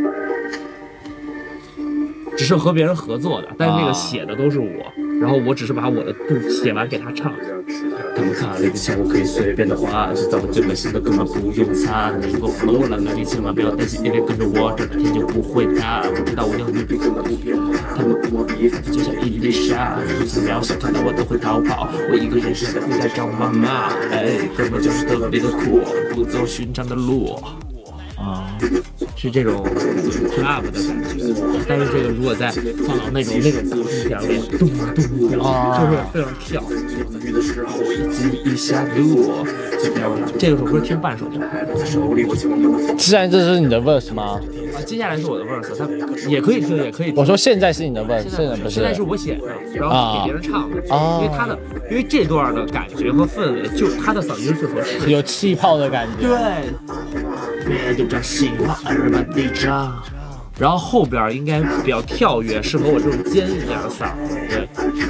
只是和别人合作的，但是那个写的都是我，然后我只是把我的部分写完给他唱。他们卡了一个枪，我可以随便的画，是咱们这类型的根本不用擦。如果 flow 了，那你千万不要担心，因为跟着我，这两天就不会塌。我知道我要努力，根本不偏我，他们跟我比，反正就像一粒沙，如此渺小，看到我都会逃跑。我一个人现在回家找妈妈，哎，哥们就是特别的酷，不走寻常的路。啊，是这种 club 的感觉，但是这个如果再放到那种那种大空调里，咚咚咚，就是非常跳。一下路，这个首歌听半首就好了。 既然这是你的 verse 吗？ 啊，接下来是我的 verse， 它也可以听，也可以听。 我说现在是你的 verse， 现在不是？ 现在是我写的，然后给别人唱的。 啊， 因为他的，因为这段的感觉和氛围，就他的嗓音最合适， 有气泡的感觉。 对。别就这心花二万地丈，然后后边应该比较跳跃，适合我这种尖一点的嗓。对。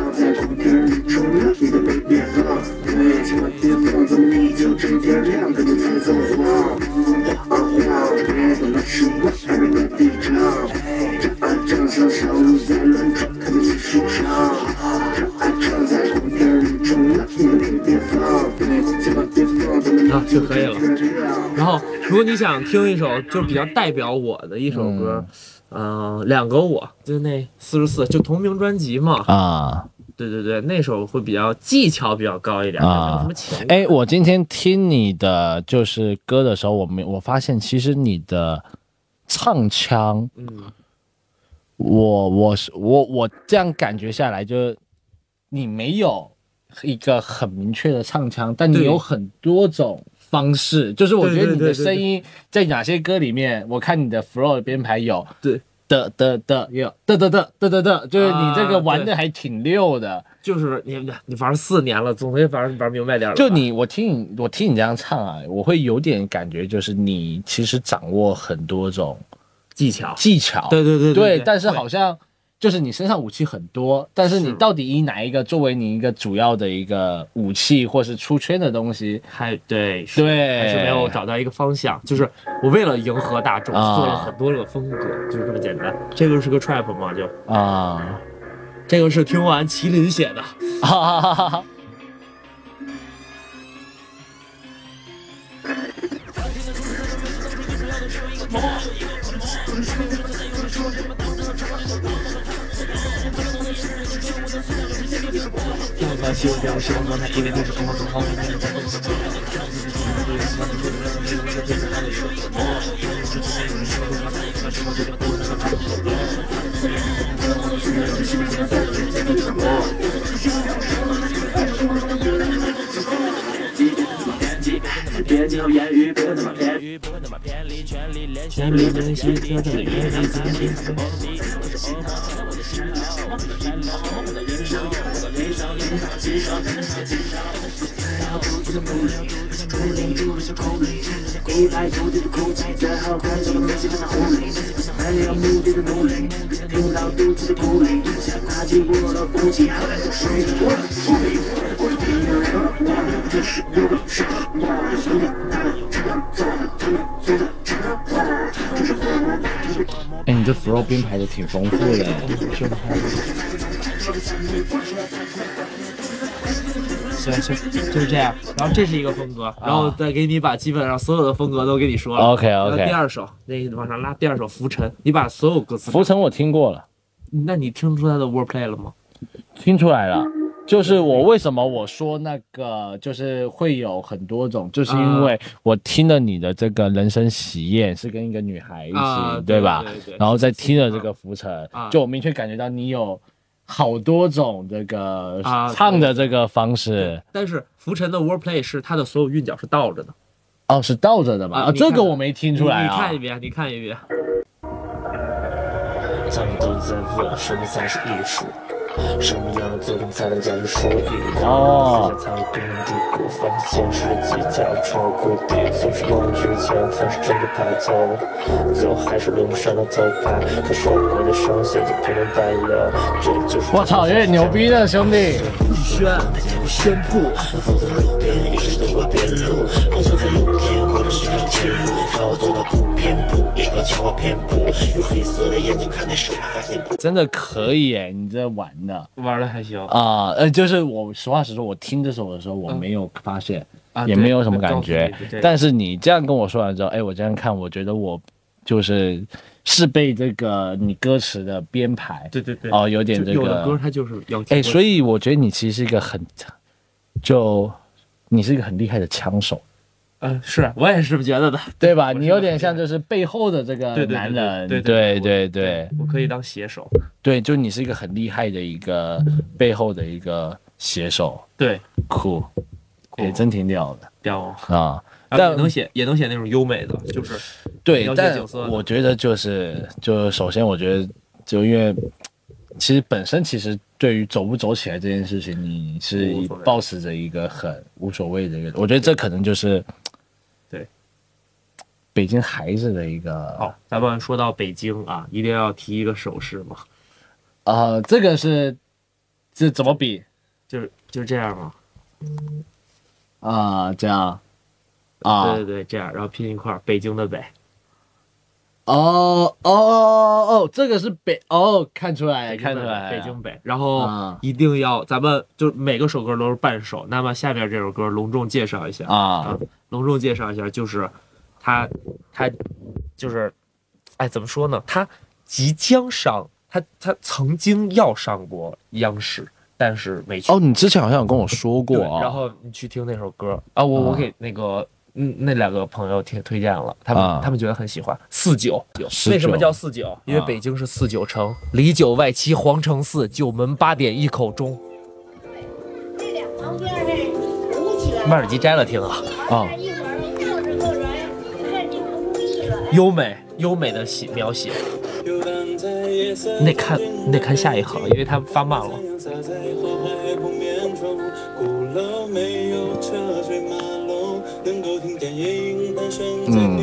啊，就可以了。然后，如果你想听一首就比较代表我的一首歌，嗯、呃，两个我，就那四十四，就同名专辑嘛。 啊， 对对对，那首会比较技巧比较高一点， 啊， 什么情感。 哎，我今天听你的就是歌的时候，我没我发现其实你的唱腔， 嗯， 我我是我我这样感觉下来，就是你没有一个很明确的唱腔，但你有很多种方式，就是我觉得你的声音在哪些歌里面，我看你的 flow 的编排有对的的的有的的的的的的，就是你这个玩的还挺溜的。 就是你你玩四年了，总得玩玩明白点了。 就你我听你我听你这样唱啊，我会有点感觉，就是你其实掌握很多种技巧技巧， 对对对对, 对，但是好像。就是你身上武器很多，但是你到底以哪一个作为你一个主要的一个武器，或是出圈的东西？ 还对对， 还是没有找到一个方向。就是我为了迎合大众， 啊、 做了很多个风格，就是这么简单。这个是个 trap 嘛，就啊， 这个是听完麒麟写的。 哈哈哈哈。 要把修掉希望状态，因为都是工作后面的工作。别仅有言语，不那么偏离，不那么偏离，全力练习，全力练习，特征的原理，自己的能力。古代土地的哭泣，最后看什么东西不能忽略，没有目的的努力，听到肚子的鼓励，想拿起我的武器，谁的我的处理，我的敌人，我就是有个傻瓜，我是你那个真的做的，真的做的，真的做的，就是我。 哎，你这 flow 编排的挺丰富的，是吗？ 行行，就是这样。然后这是一个风格，然后再给你把基本上所有的风格都给你说了。 OK OK。 第二首，那往上拉，第二首《浮沉》，你把所有歌词。 浮沉我听过了， 那你听出他的 wordplay 了吗？ 听出来了。 就是我为什么我说那个就是会有很多种，就是因为我听了你的这个人生喜宴是跟一个女孩一起， 啊、 对吧？ 对对对， 然后再听了这个浮沉， 啊、 就我明确感觉到你有好多种这个啊唱的这个方式。 但是浮沉的 wordplay 是它的所有韵脚是倒着的。 哦，是倒着的吧？啊，这个我没听出来啊。 你看一遍，你看一遍。 他们都在问什么才是艺术，什么样的作品才能叫人说艺？ 哦， 才会根深蒂固，放弃现实的技巧，穿过谷底，总是勇于前方，是真的抬头，最后还是轮不上的头牌，可受过的伤血就不能白流，这就是我操，有点牛逼的兄弟。 宣宣布，否则路边一直走过边路，我走在路边，或者寻找前路，让我走到不偏不倚，一个情话偏不，用黑色的眼睛看那手，发现不真的可以哎，你这玩的玩的还行啊，呃，就是我实话实说，我听这首的时候我没有发现， 啊， 也没有什么感觉， 对但是你这样跟我说完之后，哎，我这样看，我觉得我就是是被这个你歌词的编排， 对对对， 哦，有点这个有的歌它就是要哎，所以我觉得你其实是一个很，就你是一个很厉害的枪手。 呃，是我也是这么觉得的， 对吧？你有点像就是背后的这个男人， 对对对对， 我可以当写手， 对，就你是一个很厉害的一个背后的一个写手， 对， 酷，也真挺屌的， 屌啊！ 但也能写，也能写那种优美的，就是对，但我觉得就是就首先我觉得就因为其实本身其实对于走不走起来这件事情，你是抱持着一个很无所谓的一个，我觉得这可能就是。北京孩子的一个好，咱们说到北京啊，一定要提一个手势嘛。 啊、呃，这个是这怎么比？ 就是就是这样吗？ 啊、呃，这样啊， 对对对，这样，然后拼一块儿，北京的北。 哦哦哦，这个是北哦，看出来看出来， 北京北。然后一定要，咱们就每个首歌都是半首。那么下面这首歌隆重介绍一下啊， 啊隆重介绍一下，就是。他他就是，哎，怎么说呢？他即将上，他他曾经要上过央视，但是没去。 哦，你之前好像有跟我说过啊。 然后你去听那首歌啊，我我给那个嗯那两个朋友推推荐了，他们、啊、他们觉得很喜欢。四九，为什么叫四九？因为北京是四九城，里九外七皇城四，九门八点一口钟。把耳机摘了听啊啊。优美优美的写描写，你得看你得看下一行，因为它发慢了。 嗯。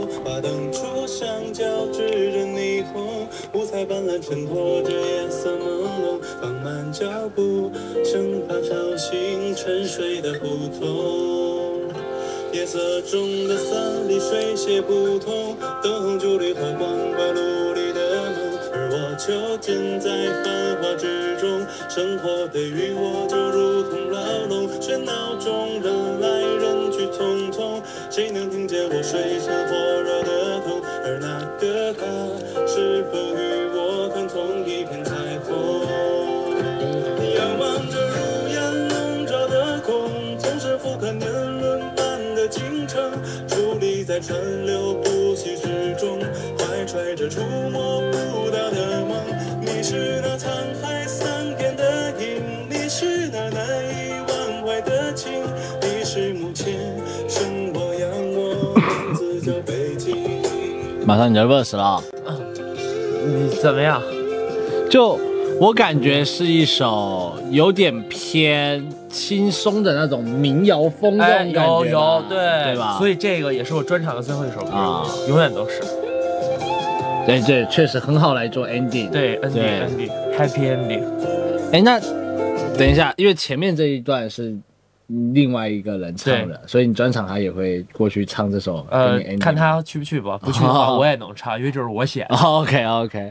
五彩斑斓衬托着夜色朦胧，放慢脚步，生怕吵醒沉睡的胡同。夜色中的三里水泄不通，灯红酒绿和光怪陆离的梦，而我囚禁在繁华之中，生活对于我就如同牢笼，喧闹中人来人去匆匆，谁能听见我水深火热的痛？而那个他是否与我看同一片彩虹？仰望着如烟笼罩的空，总是俯瞰年轮般的京城，伫立在川流不息之中，怀揣着触摸不到的梦。你是那沧海桑田的影，你是那难以忘怀的情，你是目前生我养我，名字叫北京。马上你的 verse 了， 你怎么样？ 就我感觉是一首有点偏轻松的那种民谣风那种感觉、哎、 有有对对吧？ 所以这个也是我专场的最后一首歌啊，永远都是。 对对，确实很好来做 ending。 对 ending ending happy ending。 哎，那等一下，因为前面这一段是另外一个人唱的，所以你专场他也会过去唱这首。 呃，看他去不去吧，不去的话我也能唱，因为这是我写的。 哦、OK OK。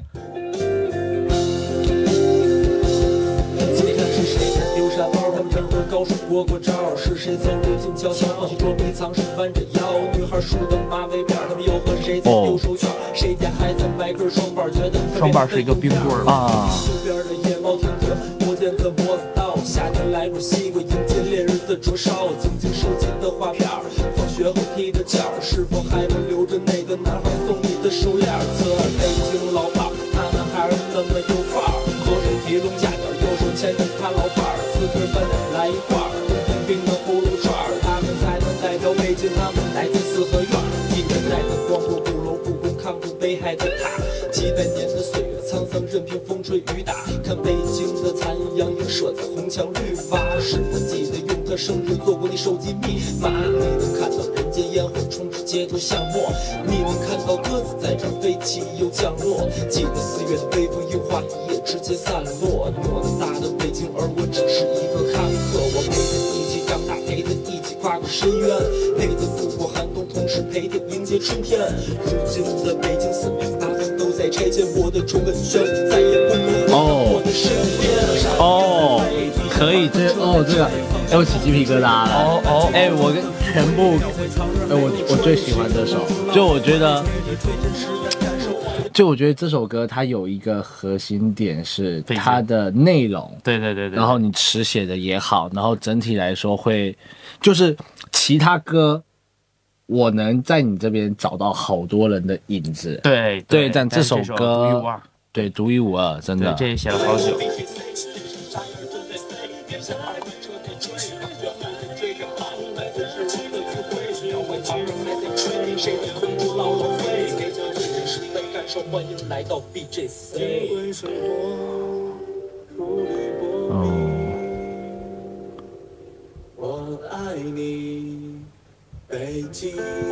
高手过过招，是谁曾流进交枪？放弃捉迷藏，是弯着腰。女孩梳的马尾辫，他们又和谁在丢手绢？谁家还在买根双瓣？觉得双瓣是一个冰棍啊。 右边的野猫听听，磨剑子磨子刀， 夏天来入西瓜，迎接烈日的灼烧。曾经收集的画片，放学后踢着脚，是否还能留着那个男孩送你的手链？侧耳北京老炮，他们还是那么有范儿，左手提笼架点，右手牵着他老伴儿，四根饭来一块儿，冬天冰的葫芦串儿，他们才能代表北京，他们来自四合院，一年代的光复鼓楼故宫抗日危害的塔，几百年的岁月沧桑，任凭风吹雨打，看北京的残阳映射在红墙绿瓦，是否记得用他生日做过你手机密码？你能看到人间烟火充斥街头巷陌，你能看到鸽子在这飞起又降落，记得四月的微风樱花一夜之间散落，偌大的北京，而我只是一个看客，我陪他一起长大，陪他一起跨过深渊，陪他度过寒冬，同时陪他迎接春天。如今的北京四面八方都在拆迁我的崇文轩，再也不能回到我的身边。 哦，可以，这哦这个，哎，我起鸡皮疙瘩了。 哦哦， 哎，我跟全部，哎，我我最喜欢这首，就我觉得，就我觉得这首歌它有一个核心点是它的内容， 对对对对， 然后你词写的也好，然后整体来说会，就是其他歌，我能在你这边找到好多人的影子， 对对，但这首独歌一无二， 对，独一无二，真的， 对，这写了好久。 欢迎来到 B J C。我爱你，北京。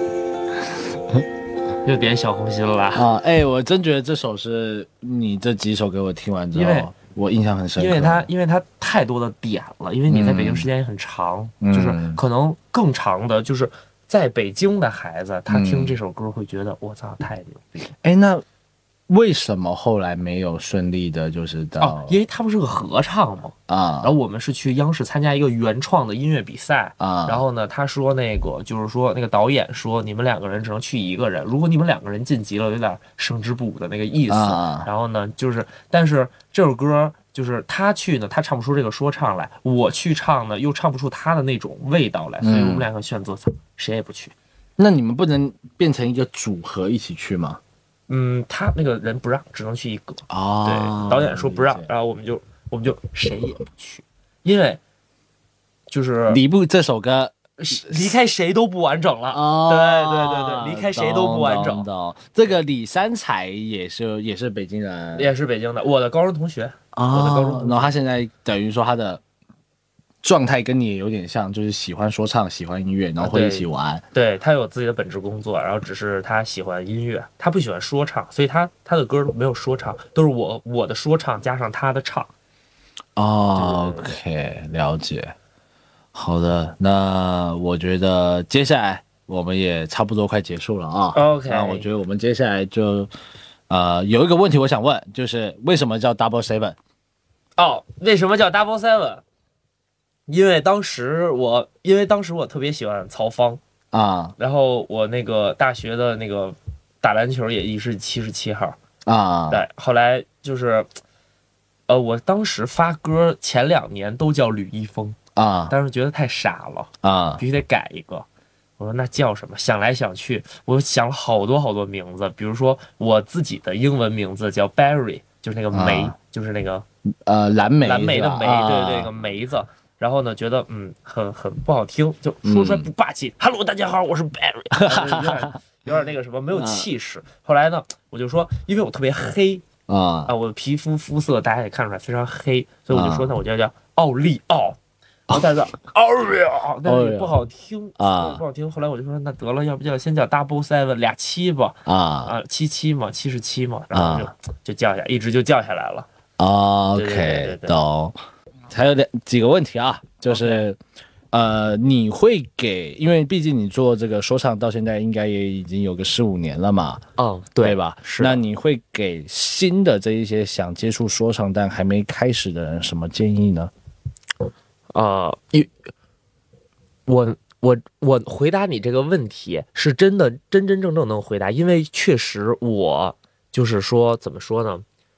又点小红心了吧？ 啊，哎，我真觉得这首是你这几首给我听完之因为后，我印象很深刻， 因为它因为它太多的点了，因为你在北京时间也很长， 嗯就是可能更长的，就是在北京的孩子，他嗯听这首歌会觉得我操太牛逼了。 哎，那为什么后来没有顺利的，就是到、 哦，因为他不是个合唱嘛， 啊然后我们是去央视参加一个原创的音乐比赛啊然后呢，他说那个就是说那个导演说你们两个人只能去一个人，如果你们两个人晋级了，有点胜之不武的那个意思。 啊然后呢，就是但是这首歌就是他去呢，他唱不出这个说唱来；我去唱呢，又唱不出他的那种味道来，所以我们两个选择谁也不去。 那你们不能变成一个组合一起去吗？ 嗯，他那个人不让，只能去一个。 哦， 对，导演说不让理，解然后我们就我们就谁也不去，因为就是离不这首歌离开谁都不完整了。 哦， 对对对对，离开谁都不完整懂。懂这个李三彩也是也是北京人， 也是北京的，我的高中同学。 哦， 我的高中同学然后他现在等于说他的状态跟你也有点像，就是喜欢说唱，喜欢音乐，然后会一起玩。 对，他有自己的本职工作，然后只是他喜欢音乐，他不喜欢说唱，所以他他的歌没有说唱，都是我我的说唱加上他的唱。 哦，OK，了解。好的，那我觉得接下来我们也差不多快结束了啊。 OK 那我觉得我们接下来就呃有一个问题我想问，就是为什么叫 Double Seven？ 哦，为什么叫 Double Seven？ 因为当时我因为当时我特别喜欢曹芳， 啊然后我那个大学的那个打篮球也一是七十七号。 啊对，后来就是呃，我当时发歌前两年都叫吕一峰， 啊但是觉得太傻了， 啊必须得改一个。我说那叫什么？想来想去，我想了好多好多名字，比如说我自己的英文名字叫 Berry， 就是那个梅， 啊就是那个呃蓝莓蓝莓的莓， 是吧啊对对，那个梅字。然后呢，觉得嗯很很不好听，就说出来不霸气。Hello， 大家好，我是 Berry， 有点有点那个什么没有气势。后来呢，我就说，因为我特别黑啊啊，我的皮肤肤色大家也看出来非常黑，所以我就说那我就叫奥利奥。然后大家奥利奥，但是也不好听啊不好听。后来我就说那得了，要不叫先叫 Double Seven 俩七吧， 啊啊七七嘛，七十七嘛，然后就就叫下，一直就叫下来了。 啊对对对 ，OK， 对对懂。还有两几个问题啊，就是呃，你会给，因为毕竟你做这个说唱到现在应该也已经有个十五年了嘛， 嗯， 对吧？ 是那你会给新的这一些想接触说唱但还没开始的人什么建议呢？ 呃，一我我我回答你这个问题是真的真真正正能回答，因为确实我就是说怎么说呢？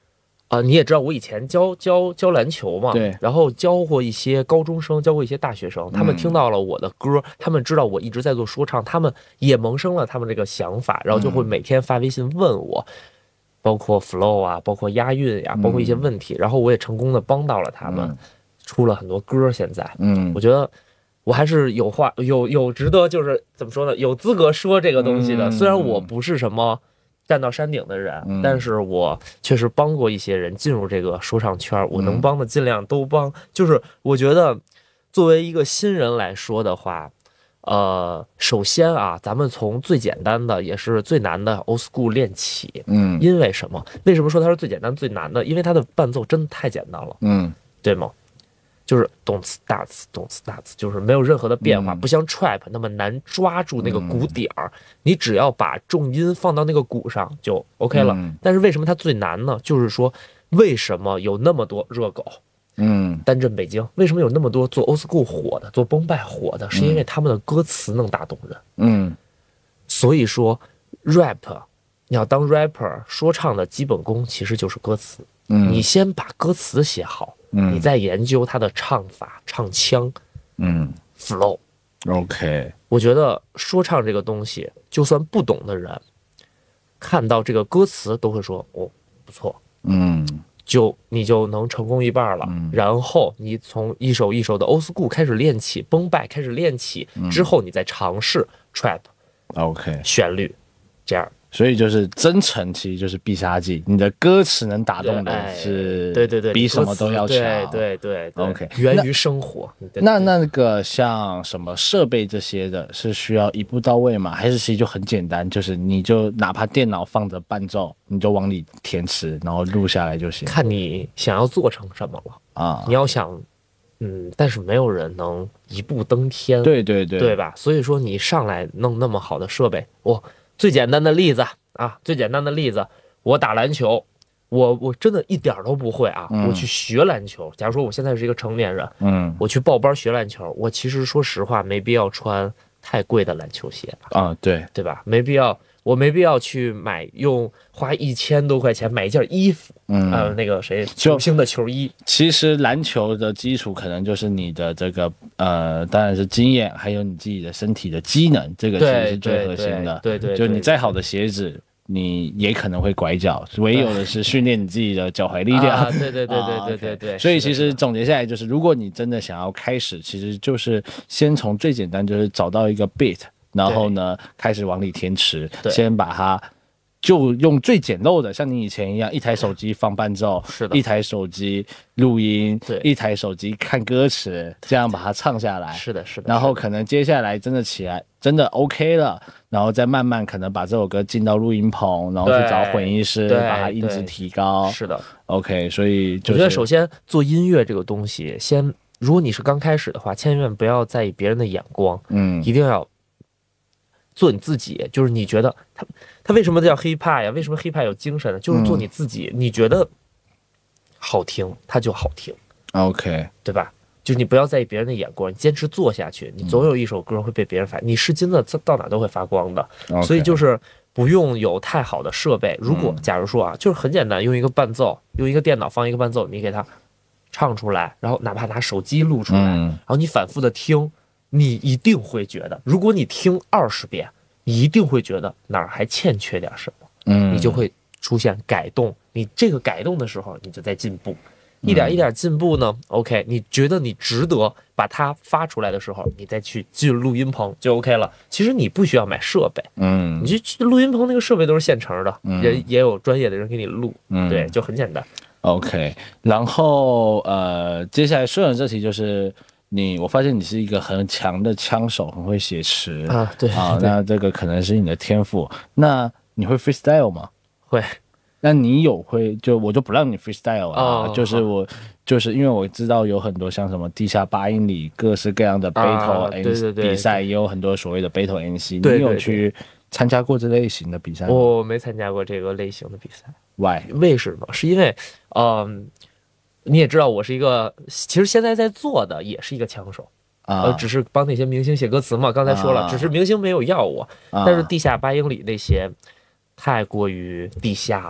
啊、你也知道我以前教教教篮球嘛， 对然后教过一些高中生，教过一些大学生，他们嗯听到了我的歌，他们知道我一直在做说唱，他们也萌生了他们这个想法，然后就会每天发微信问我，包括 flow 啊，包括押韵呀、包括一些问题，然后我也成功的帮到了他们， 嗯出了很多歌。现在， 嗯我觉得我还是有话有有值得，就是怎么说呢，有资格说这个东西的。 嗯虽然我不是什么站到山顶的人， 嗯但是我确实帮过一些人进入这个说唱圈，我嗯能帮的尽量都帮。就是我觉得作为一个新人来说的话，呃，首先啊，咱们从最简单的也是最难的 old school 练起。 嗯因为什么？为什么说它是最简单最难的？因为它的伴奏真的太简单了， 嗯对吗？就是动次打次，动次打次，就是没有任何的变化， 嗯不像 trap 那么难抓住那个鼓点儿。你只要把重音放到那个鼓上就 OK 了。 嗯但是为什么它最难呢？就是说，为什么有那么多热狗、 嗯单震北京？为什么有那么多做 old school 火的、做崩败火的？是因为他们的歌词能打动人。 嗯所以说，rap 你要当 rapper 说唱的基本功其实就是歌词。 嗯你先把歌词写好， 嗯你再研究它的唱法、唱腔、 嗯 flow。 ，OK， 我觉得说唱这个东西，就算不懂的人，看到这个歌词都会说哦不错， 嗯就你就能成功一半了。 嗯然后你从一首一首的 old school 开始练起，崩败开始练起， 嗯之后你再尝试 trap OK， 旋律，这样。 所以就是真诚，其实就是必杀技。你的歌词能打动的哎是， 对对对， 比什么都要强。 对对对对 OK， 源于生活。对那那个像什么设备这些的，是需要一步到位吗？还是其实就很简单，就是你就哪怕电脑放着伴奏，你就往里填词，然后录下来就行看你想要做成什么了。 啊你。要想，嗯，但是没有人能一步登天， 对对对对吧？所以说你上来弄那么好的设备，我最简单的例子啊，最简单的例子，我打篮球，我我真的一点儿都不会啊， 嗯我去学篮球。假如说我现在是一个成年人， 嗯我去报班学篮球，我其实说实话没必要穿太贵的篮球鞋吧， 啊对， 对吧？没必要，我没必要去买用花一千多块钱买一件衣服， 嗯呃，那个谁就球星的球衣， 其实篮球的基础可能就是你的这个呃，当然是经验，还有你自己的身体的机能，这个其实对是最核心的。 对对对， 就你对再好的鞋子，你也可能会拐脚，唯有的是训练你自己的脚踝力量。 啊，对对对啊对对对对， 所以其是的实总结下来就是，如果你真的想要开始，其实就是先从最简单，就是找到一个 beat，然后呢开始往里填词， 对先把它就用最简陋的，像你以前一样，一台手机放伴奏， 是的一台手机录音， 对一台手机看歌词，这样把它唱下来。 是的是的， 然后是的可能接下来真的起来，真的 OK 了，然后再慢慢可能把这首歌进到录音棚，然后去对找混音师， 对把它音质对提高。 是的， OK，所以就是我觉得首先做音乐这个东西，先如果你是刚开始的话，千万不要在意别人的眼光， 嗯一定要做你自己。就是你觉得他他为什么叫 hiphop 呀？为什么 hiphop 有精神呢？就是做你自己，你觉得好听，它就好听， OK， 对吧？就是你不要在意别人的眼光，你坚持做下去，你总有一首歌会被别人发。你是金子，到哪都会发光的。 OK 所以就是不用有太好的设备。如果假如说啊，就是很简单，用一个伴奏，用一个电脑放一个伴奏，你给它唱出来，然后哪怕拿手机录出来， 嗯然后你反复的听，你一定会觉得，如果你听二十遍，你一定会觉得哪儿还欠缺点什么， 嗯， 你就会出现改动。你这个改动的时候，你就在进步。一点一点进步呢 ，OK， 你觉得你值得把它发出来的时候，你再去进录音棚就 OK 了。其实你不需要买设备， 嗯你就去录音棚那个设备都是现成的， 嗯人也有专业的人给你录， 嗯对，就很简单。 OK，然后呃，接下来顺着这题就是你，我发现你是一个很强的枪手，很会写词啊对啊， 对那这个可能是你的天赋。那你会 freestyle 吗？ 会， 那你有会就我就不让你 freestyle 啊， 哦就是我就是因为我知道有很多像什么地下八英里各式各样的 battle 啊 M 对对对比赛，也有很多所谓的 battle M C，你有对对对去参加过这类型的比赛吗？ 我没参加过这个类型的比赛。 Why？ 为什么？是因为，嗯，你也知道我是一个，其实现在在做的也是一个枪手， 啊呃，只是帮那些明星写歌词嘛。刚才说了， 啊只是明星没有要我， 啊但是地下八英里那些太过于地下了。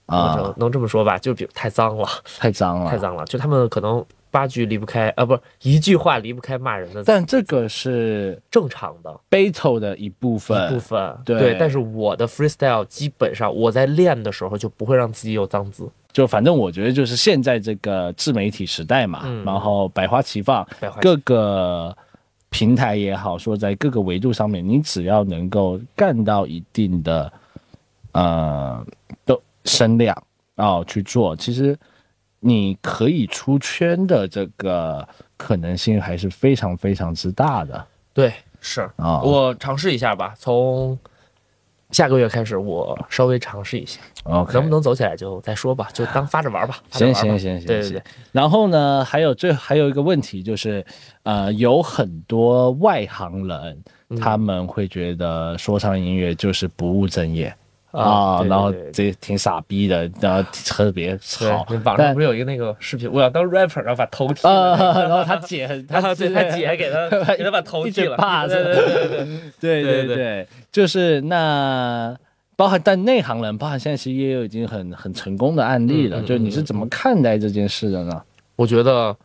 啊能能这么说吧，就比太脏了， 太脏了， 太脏了，就他们可能八句离不开啊，不是一句话离不开骂人的词， 但这个是正常的 battle 的一部分， 部分， 对但是我的 freestyle 基本上我在练的时候就不会让自己有脏字， 就反正我觉得就是现在这个自媒体时代嘛， 嗯然后百花齐放， 百花齐各个平台也好，说在各个维度上面，你只要能够干到一定的呃的声量哦去做，其实你可以出圈的这个可能性还是非常非常之大的对，是啊。 我尝试一下吧，从下个月开始我稍微尝试一下， OK， 能不能走起来就再说吧，就当发着玩吧。发着行玩吧行行行，行对对对。 然后呢，还有最还有一个问题就是，呃，有很多外行人、 嗯他们会觉得说唱音乐就是不务正业啊对对然后对这挺傻逼的，然后特别吵对，。网上但不是有一个那个视频，我要当 rapper，然后把头剃啊、 了， 然后他姐很， 然后对他姐给他给他把头剃了，对对对对对， 对对对对对，就是那包含但内行人，包含现在其实也有已经很很成功的案例了。 嗯嗯就你是怎么看待这件事的呢？ 我觉得，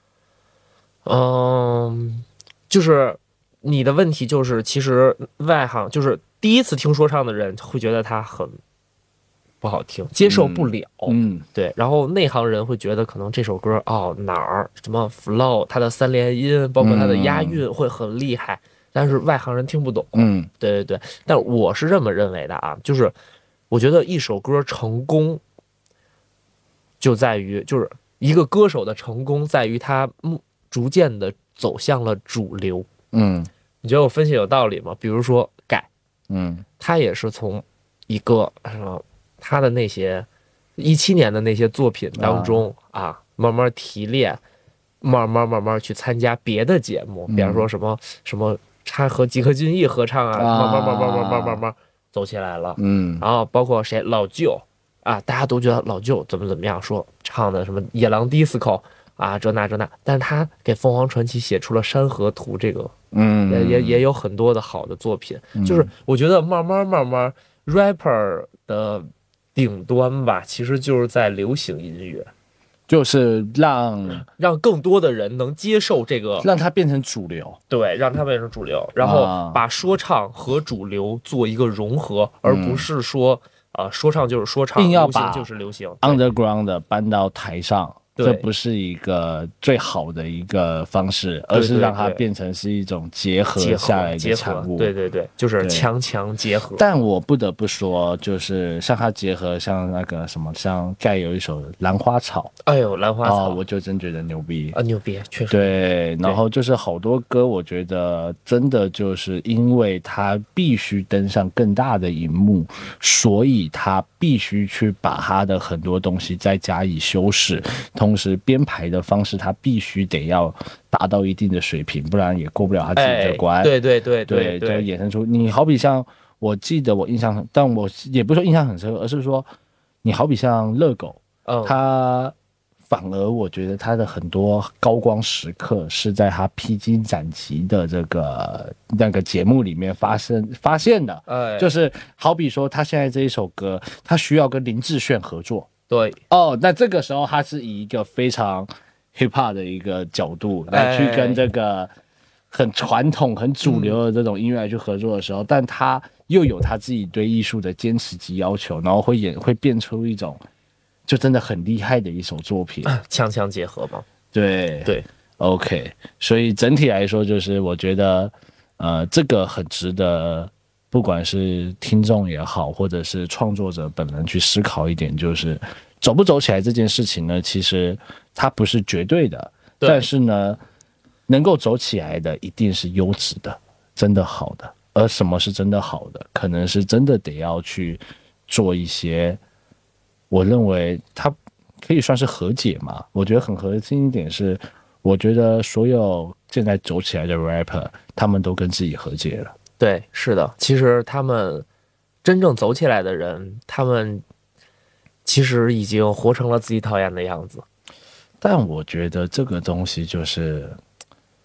嗯，就是你的问题就是，其实外行就是第一次听说唱的人会觉得他很不好听，接受不了， 嗯对，然后内行人会觉得可能这首歌哦哪儿什么 flow，它的三连音，包括它的押韵会很厉害，但是外行人听不懂， 嗯对对对，但我是这么认为的啊，就是我觉得一首歌成功就在于，就是一个歌手的成功在于他逐渐的走向了主流。 嗯你觉得我分析有道理吗？比如说盖， 嗯他也是从一个什么他的那些一七年的那些作品当中啊，慢慢提炼，慢慢慢慢去参加别的节目，比方说什么什么他和吉克隽逸合唱啊，慢慢慢慢慢慢慢慢走起来了。 嗯然后包括谁老舅啊，大家都觉得老舅怎么怎么样，说唱的什么野狼 disco 啊这那这那，但是他给凤凰传奇写出了《山河图》这个， 嗯， 也也也有很多的好的作品。就是我觉得慢慢慢慢 rapper 的顶端吧，其实就是在流行音乐， 就是让让更多的人能接受这个， 让它变成主流。 对，让它变成主流，然后啊把说唱和主流做一个融合，而不是说呃说唱就是说唱， 硬要把流行就是流行。对 underground 的搬到台上， 对这不是一个最好的一个方式， 对而是让它对变成是一种结合结下来合结合， 的产物。 对对对，就是对强强结合。 但我不得不说，就是像它结合，像那个什么，像盖有一首《兰花草》 哎呦，兰花草哦，我就真觉得牛逼。 啊，牛逼，确实。 对，然后就是好多歌，我觉得真的就是因为它必须登上更大的荧幕，所以他必须去把他的很多东西再加以修饰，同时编排的方式他必须得要达到一定的水平，不然也过不了他自己的关。 哎、对对对对， 对就衍生出你好比像，我记得我印象很，但我也不是说印象很深刻，而是说你好比像热狗， 嗯， 他反而我觉得他的很多高光时刻是在他披荆斩棘的这个那个节目里面发生发现的。 哎， 就是好比说他现在这一首歌，他需要跟林志炫合作对， 哦，那这个时候他是以一个非常 hip hop 的一个角度来去跟这个很传统、很主流的这种音乐来去合作的时候，但他又有他自己对艺术的坚持及要求，然后会演会变出一种就真的很厉害的一首作品。 强强结合嘛。 对对 ，OK，所以整体来说，就是我觉得，呃，这个很值得，不管是听众也好，或者是创作者本人去思考一点，就是走不走起来这件事情呢，其实它不是绝对的， 对但是呢，能够走起来的一定是优质的，真的好的。而什么是真的好的，可能是真的得要去做一些，我认为它可以算是和解嘛。我觉得很核心一点是，我觉得所有现在走起来的 rapper， 他们都跟自己和解了。 对，是的，其实他们真正走起来的人，他们其实已经活成了自己讨厌的样子。 但我觉得这个东西就是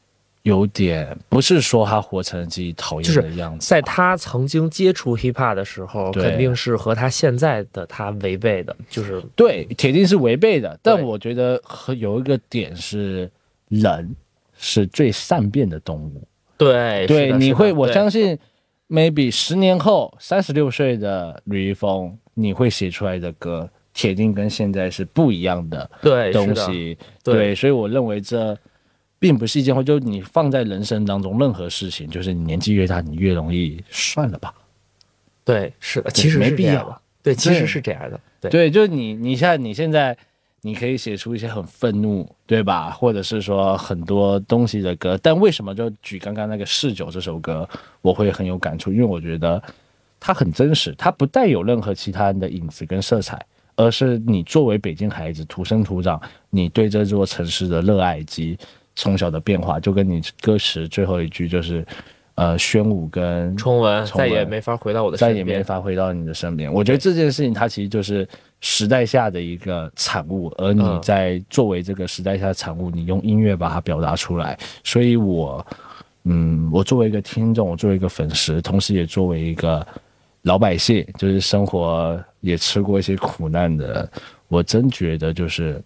有点不是说他活成自己讨厌的样子， 在他曾经接触 hiphop 的时候， 对肯定是和他现在的他违背的，就是对，铁定是违背的。但我觉得有一个点是，人是最善变的动物。 对对，你会，我相信信 ，maybe 十年后，三十六岁的吕一峰，你会写出来的歌，铁定跟现在是不一样的对东西。 对， 对，所以我认为这并不是一件会，就你放在人生当中任何事情，就是你年纪越大，你越容易算了吧。 对，是的，其实没必要。 对，其实是这样的。对， 对，就是你，你现在你现在。你可以写出一些很愤怒，对吧？或者是说很多东西的歌，但为什么就举刚刚那个《嗜酒》这首歌，我会很有感触？因为我觉得它很真实，它不带有任何其他人的影子跟色彩，而是你作为北京孩子土生土长，你对这座城市的热爱及从小的变化，就跟你歌词最后一句就是呃，宣武跟崇文崇文再也没法回到我的身边， 再也没法回到你的身边。我觉得这件事情它其实就是时代下的一个产物，而你在作为这个时代下的产物，你用音乐把它表达出来。所以我，嗯，我作为一个听众，我作为一个粉丝，同时也作为一个老百姓，就是生活也吃过一些苦难的，我真觉得就是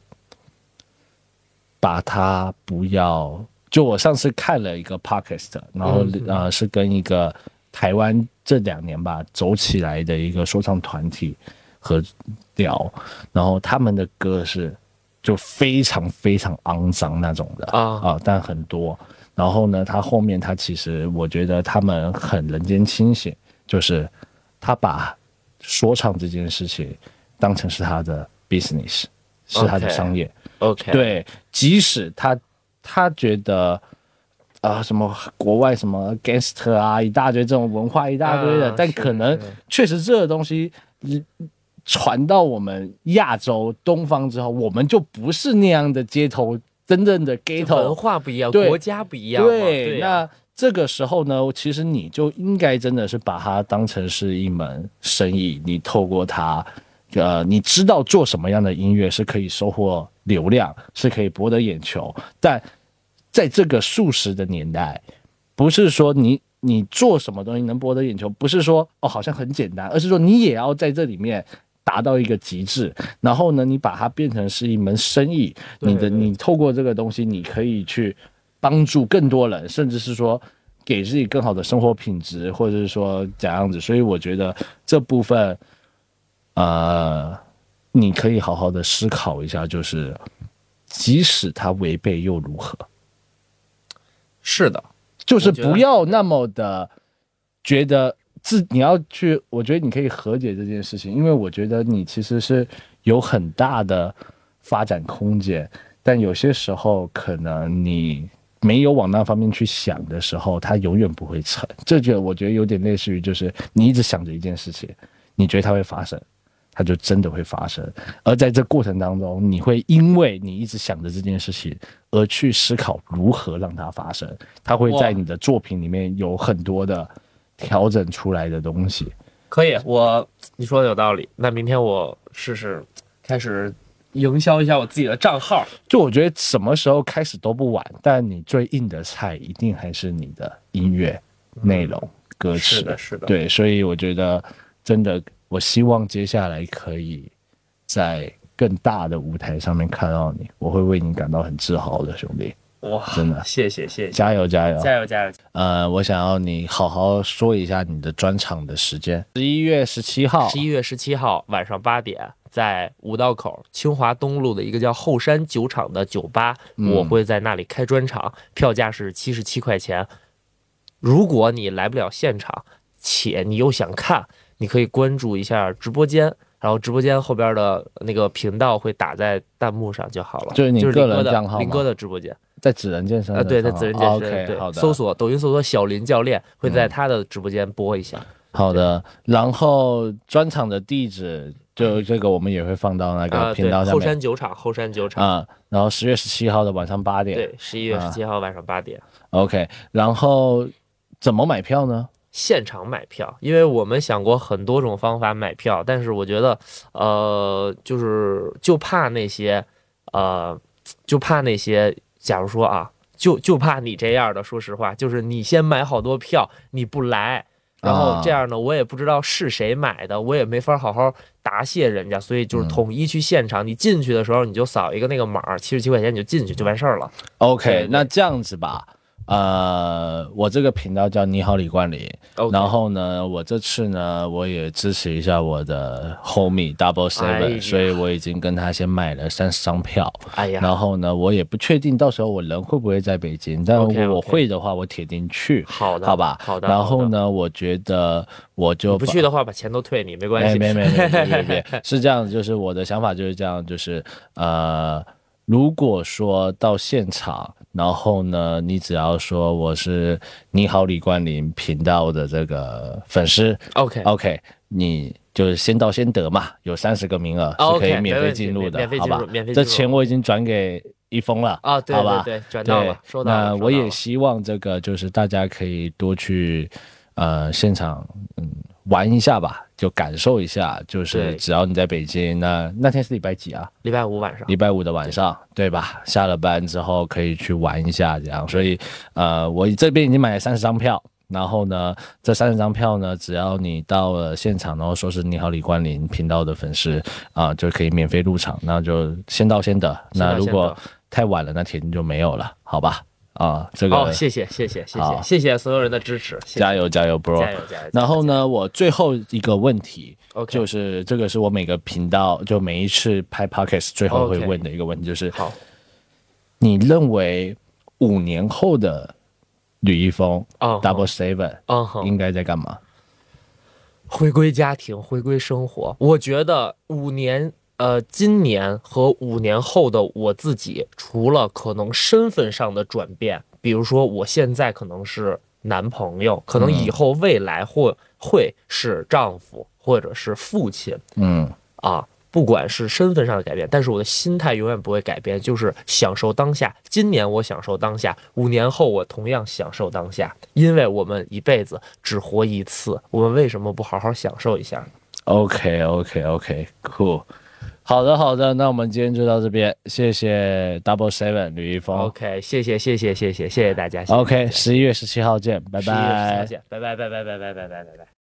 把它不要。就我上次看了一个 podcast， 然后、嗯、呃是跟一个台湾这两年吧走起来的一个说唱团体和聊，然后他们的歌是就非常非常肮脏那种的啊啊，但很多。然后呢，他后面他其实我觉得他们很人间清醒，就是他把说唱这件事情当成是他的 business， 是他的商业。 OK， 对，即使他。他觉得啊、呃，什么国外什么 gangster 啊，一大堆这种文化一大堆的，啊、但可能确实这个东西传到我们亚洲东方之后，我们就不是那样的街头真正的 ghetto 文化不一样，国家不一样。 对， 对那这个时候呢，其实你就应该真的是把它当成是一门生意，你透过它。呃，你知道做什么样的音乐是可以收获流量，是可以博得眼球，但在这个速食的年代，不是说你你做什么东西能博得眼球，不是说哦好像很简单，而是说你也要在这里面达到一个极致，然后呢，你把它变成是一门生意，你的你透过这个东西，你可以去帮助更多人，甚至是说给自己更好的生活品质，或者是说怎样子，所以我觉得这部分。呃，你可以好好的思考一下，就是即使它违背又如何？ 是的， 就是不要那么的觉得自你要去，我觉得你可以和解这件事情，因为我觉得你其实是有很大的发展空间，但有些时候可能你没有往那方面去想的时候，它永远不会成。这就我觉得有点类似于，就是你一直想着一件事情，你觉得它会发生。它就真的会发生，而在这过程当中，你会因为你一直想着这件事情，而去思考如何让它发生。它会在你的作品里面有很多的调整出来的东西。 可以，我你说的有道理。那明天我试试开始营销一下我自己的账号。 就我觉得什么时候开始都不晚，但你最硬的菜一定还是你的音乐内容、嗯、歌词。 是的，是的。 对，所以我觉得真的。我希望接下来可以在更大的舞台上面看到你，我会为你感到很自豪的，兄弟。 哇， 真的， 谢谢谢谢， 加油加油加油加油！ 呃，我想要你好好说一下你的专场的时间，十一月十七号， 十一月十七号晚上八点，在五道口清华东路的一个叫后山酒厂的酒吧，嗯、我会在那里开专场，票价是七十七块钱。如果你来不了现场，且你又想看。你可以关注一下直播间，然后直播间后边的那个频道会打在弹幕上就好了。 就是你个人账号吗？ 林哥的直播间在指人健身啊，对，在指人健身， okay, 对， 好的， 搜索抖音搜索小林教练，会在他的直播间播一下。嗯、 好的，然后专场的地址就这个我们也会放到那个频道上面。 啊、后山酒厂，后山酒厂啊，然后十月十七号的晚上八点， 对，十一月十七号晚上八点、 啊。OK， 然后怎么买票呢？ 现场买票，因为我们想过很多种方法买票，但是我觉得，呃，就是就怕那些，呃，就怕那些，假如说啊， 就就怕你这样的，说实话，就是你先买好多票，你不来。然后这样呢，我也不知道是谁买的，我也没法好好答谢人家，所以就是统一去现场。你进去的时候，你就扫一个那个码，七十七块钱你就进去就完事儿了。 OK，那这样子吧，呃，我这个频道叫你好李冠霖， Okay. 然后呢，我这次呢，我也支持一下我的 homie Double Seven，、哎、所以我已经跟他先买了三十张票。 哎呀， 然后呢，我也不确定到时候我人会不会在北京，但如果我会的话， okay, okay. 我铁定去。 好的， 好吧， 好的。 然后呢，我觉得我就你不去的话，把钱都退你，没关系。 没没没没没没，是这样子，就是我的想法就是这样，就是呃。如果说到现场，然后呢，你只要说我是你好李冠霖频道的这个粉丝 ，OK OK， 你就是先到先得嘛，有三十个名额是可以免费进入的， okay, 免费好吧？ 免费这钱我已经转给一峰了， 啊，对好吧？ 对对，转到了，收到了。 那我也希望这个就是大家可以多去呃现场嗯玩一下吧。就感受一下，就是只要你在北京，那那天是礼拜几啊？ 礼拜五晚上。 礼拜五的晚上， 对, 对吧？下了班之后可以去玩一下，这样。所以，呃，我这边已经买了三十张票，然后呢，这三十张票呢，只要你到了现场，然后说是你好李冠霖频道的粉丝啊、呃，就可以免费入场，那就先到先得。那如果太晚了，那铁定就没有了，好吧？啊，这个哦，谢谢谢谢谢谢谢谢所有人的支持，谢谢加油加油 ，bro， 加油加油！ 然后呢，我最后一个问题， okay. 就是这个是我每个频道就每一次拍 podcast 最后会问的一个问题， okay. 就是好， 你认为五年后的吕一峰、uh-huh. Double Seven、uh-huh. 应该在干嘛？ 回归家庭，回归生活。我觉得五年。呃，今年和五年后的我自己，除了可能身份上的转变，比如说我现在可能是男朋友，可能以后未来会会是丈夫或者是父亲， 嗯啊，不管是身份上的改变，但是我的心态永远不会改变，就是享受当下。今年我享受当下，五年后我同样享受当下，因为我们一辈子只活一次，我们为什么不好好享受一下 ？OK OK OK Cool。好的，好的，那我们今天就到这边，谢谢 Double Seven 吕一峰。 OK， 谢谢，谢谢，谢谢，谢谢大家。 OK， 十一月十七号见，拜拜。 十一月十七号见，拜拜，拜拜，拜拜，拜拜，拜拜。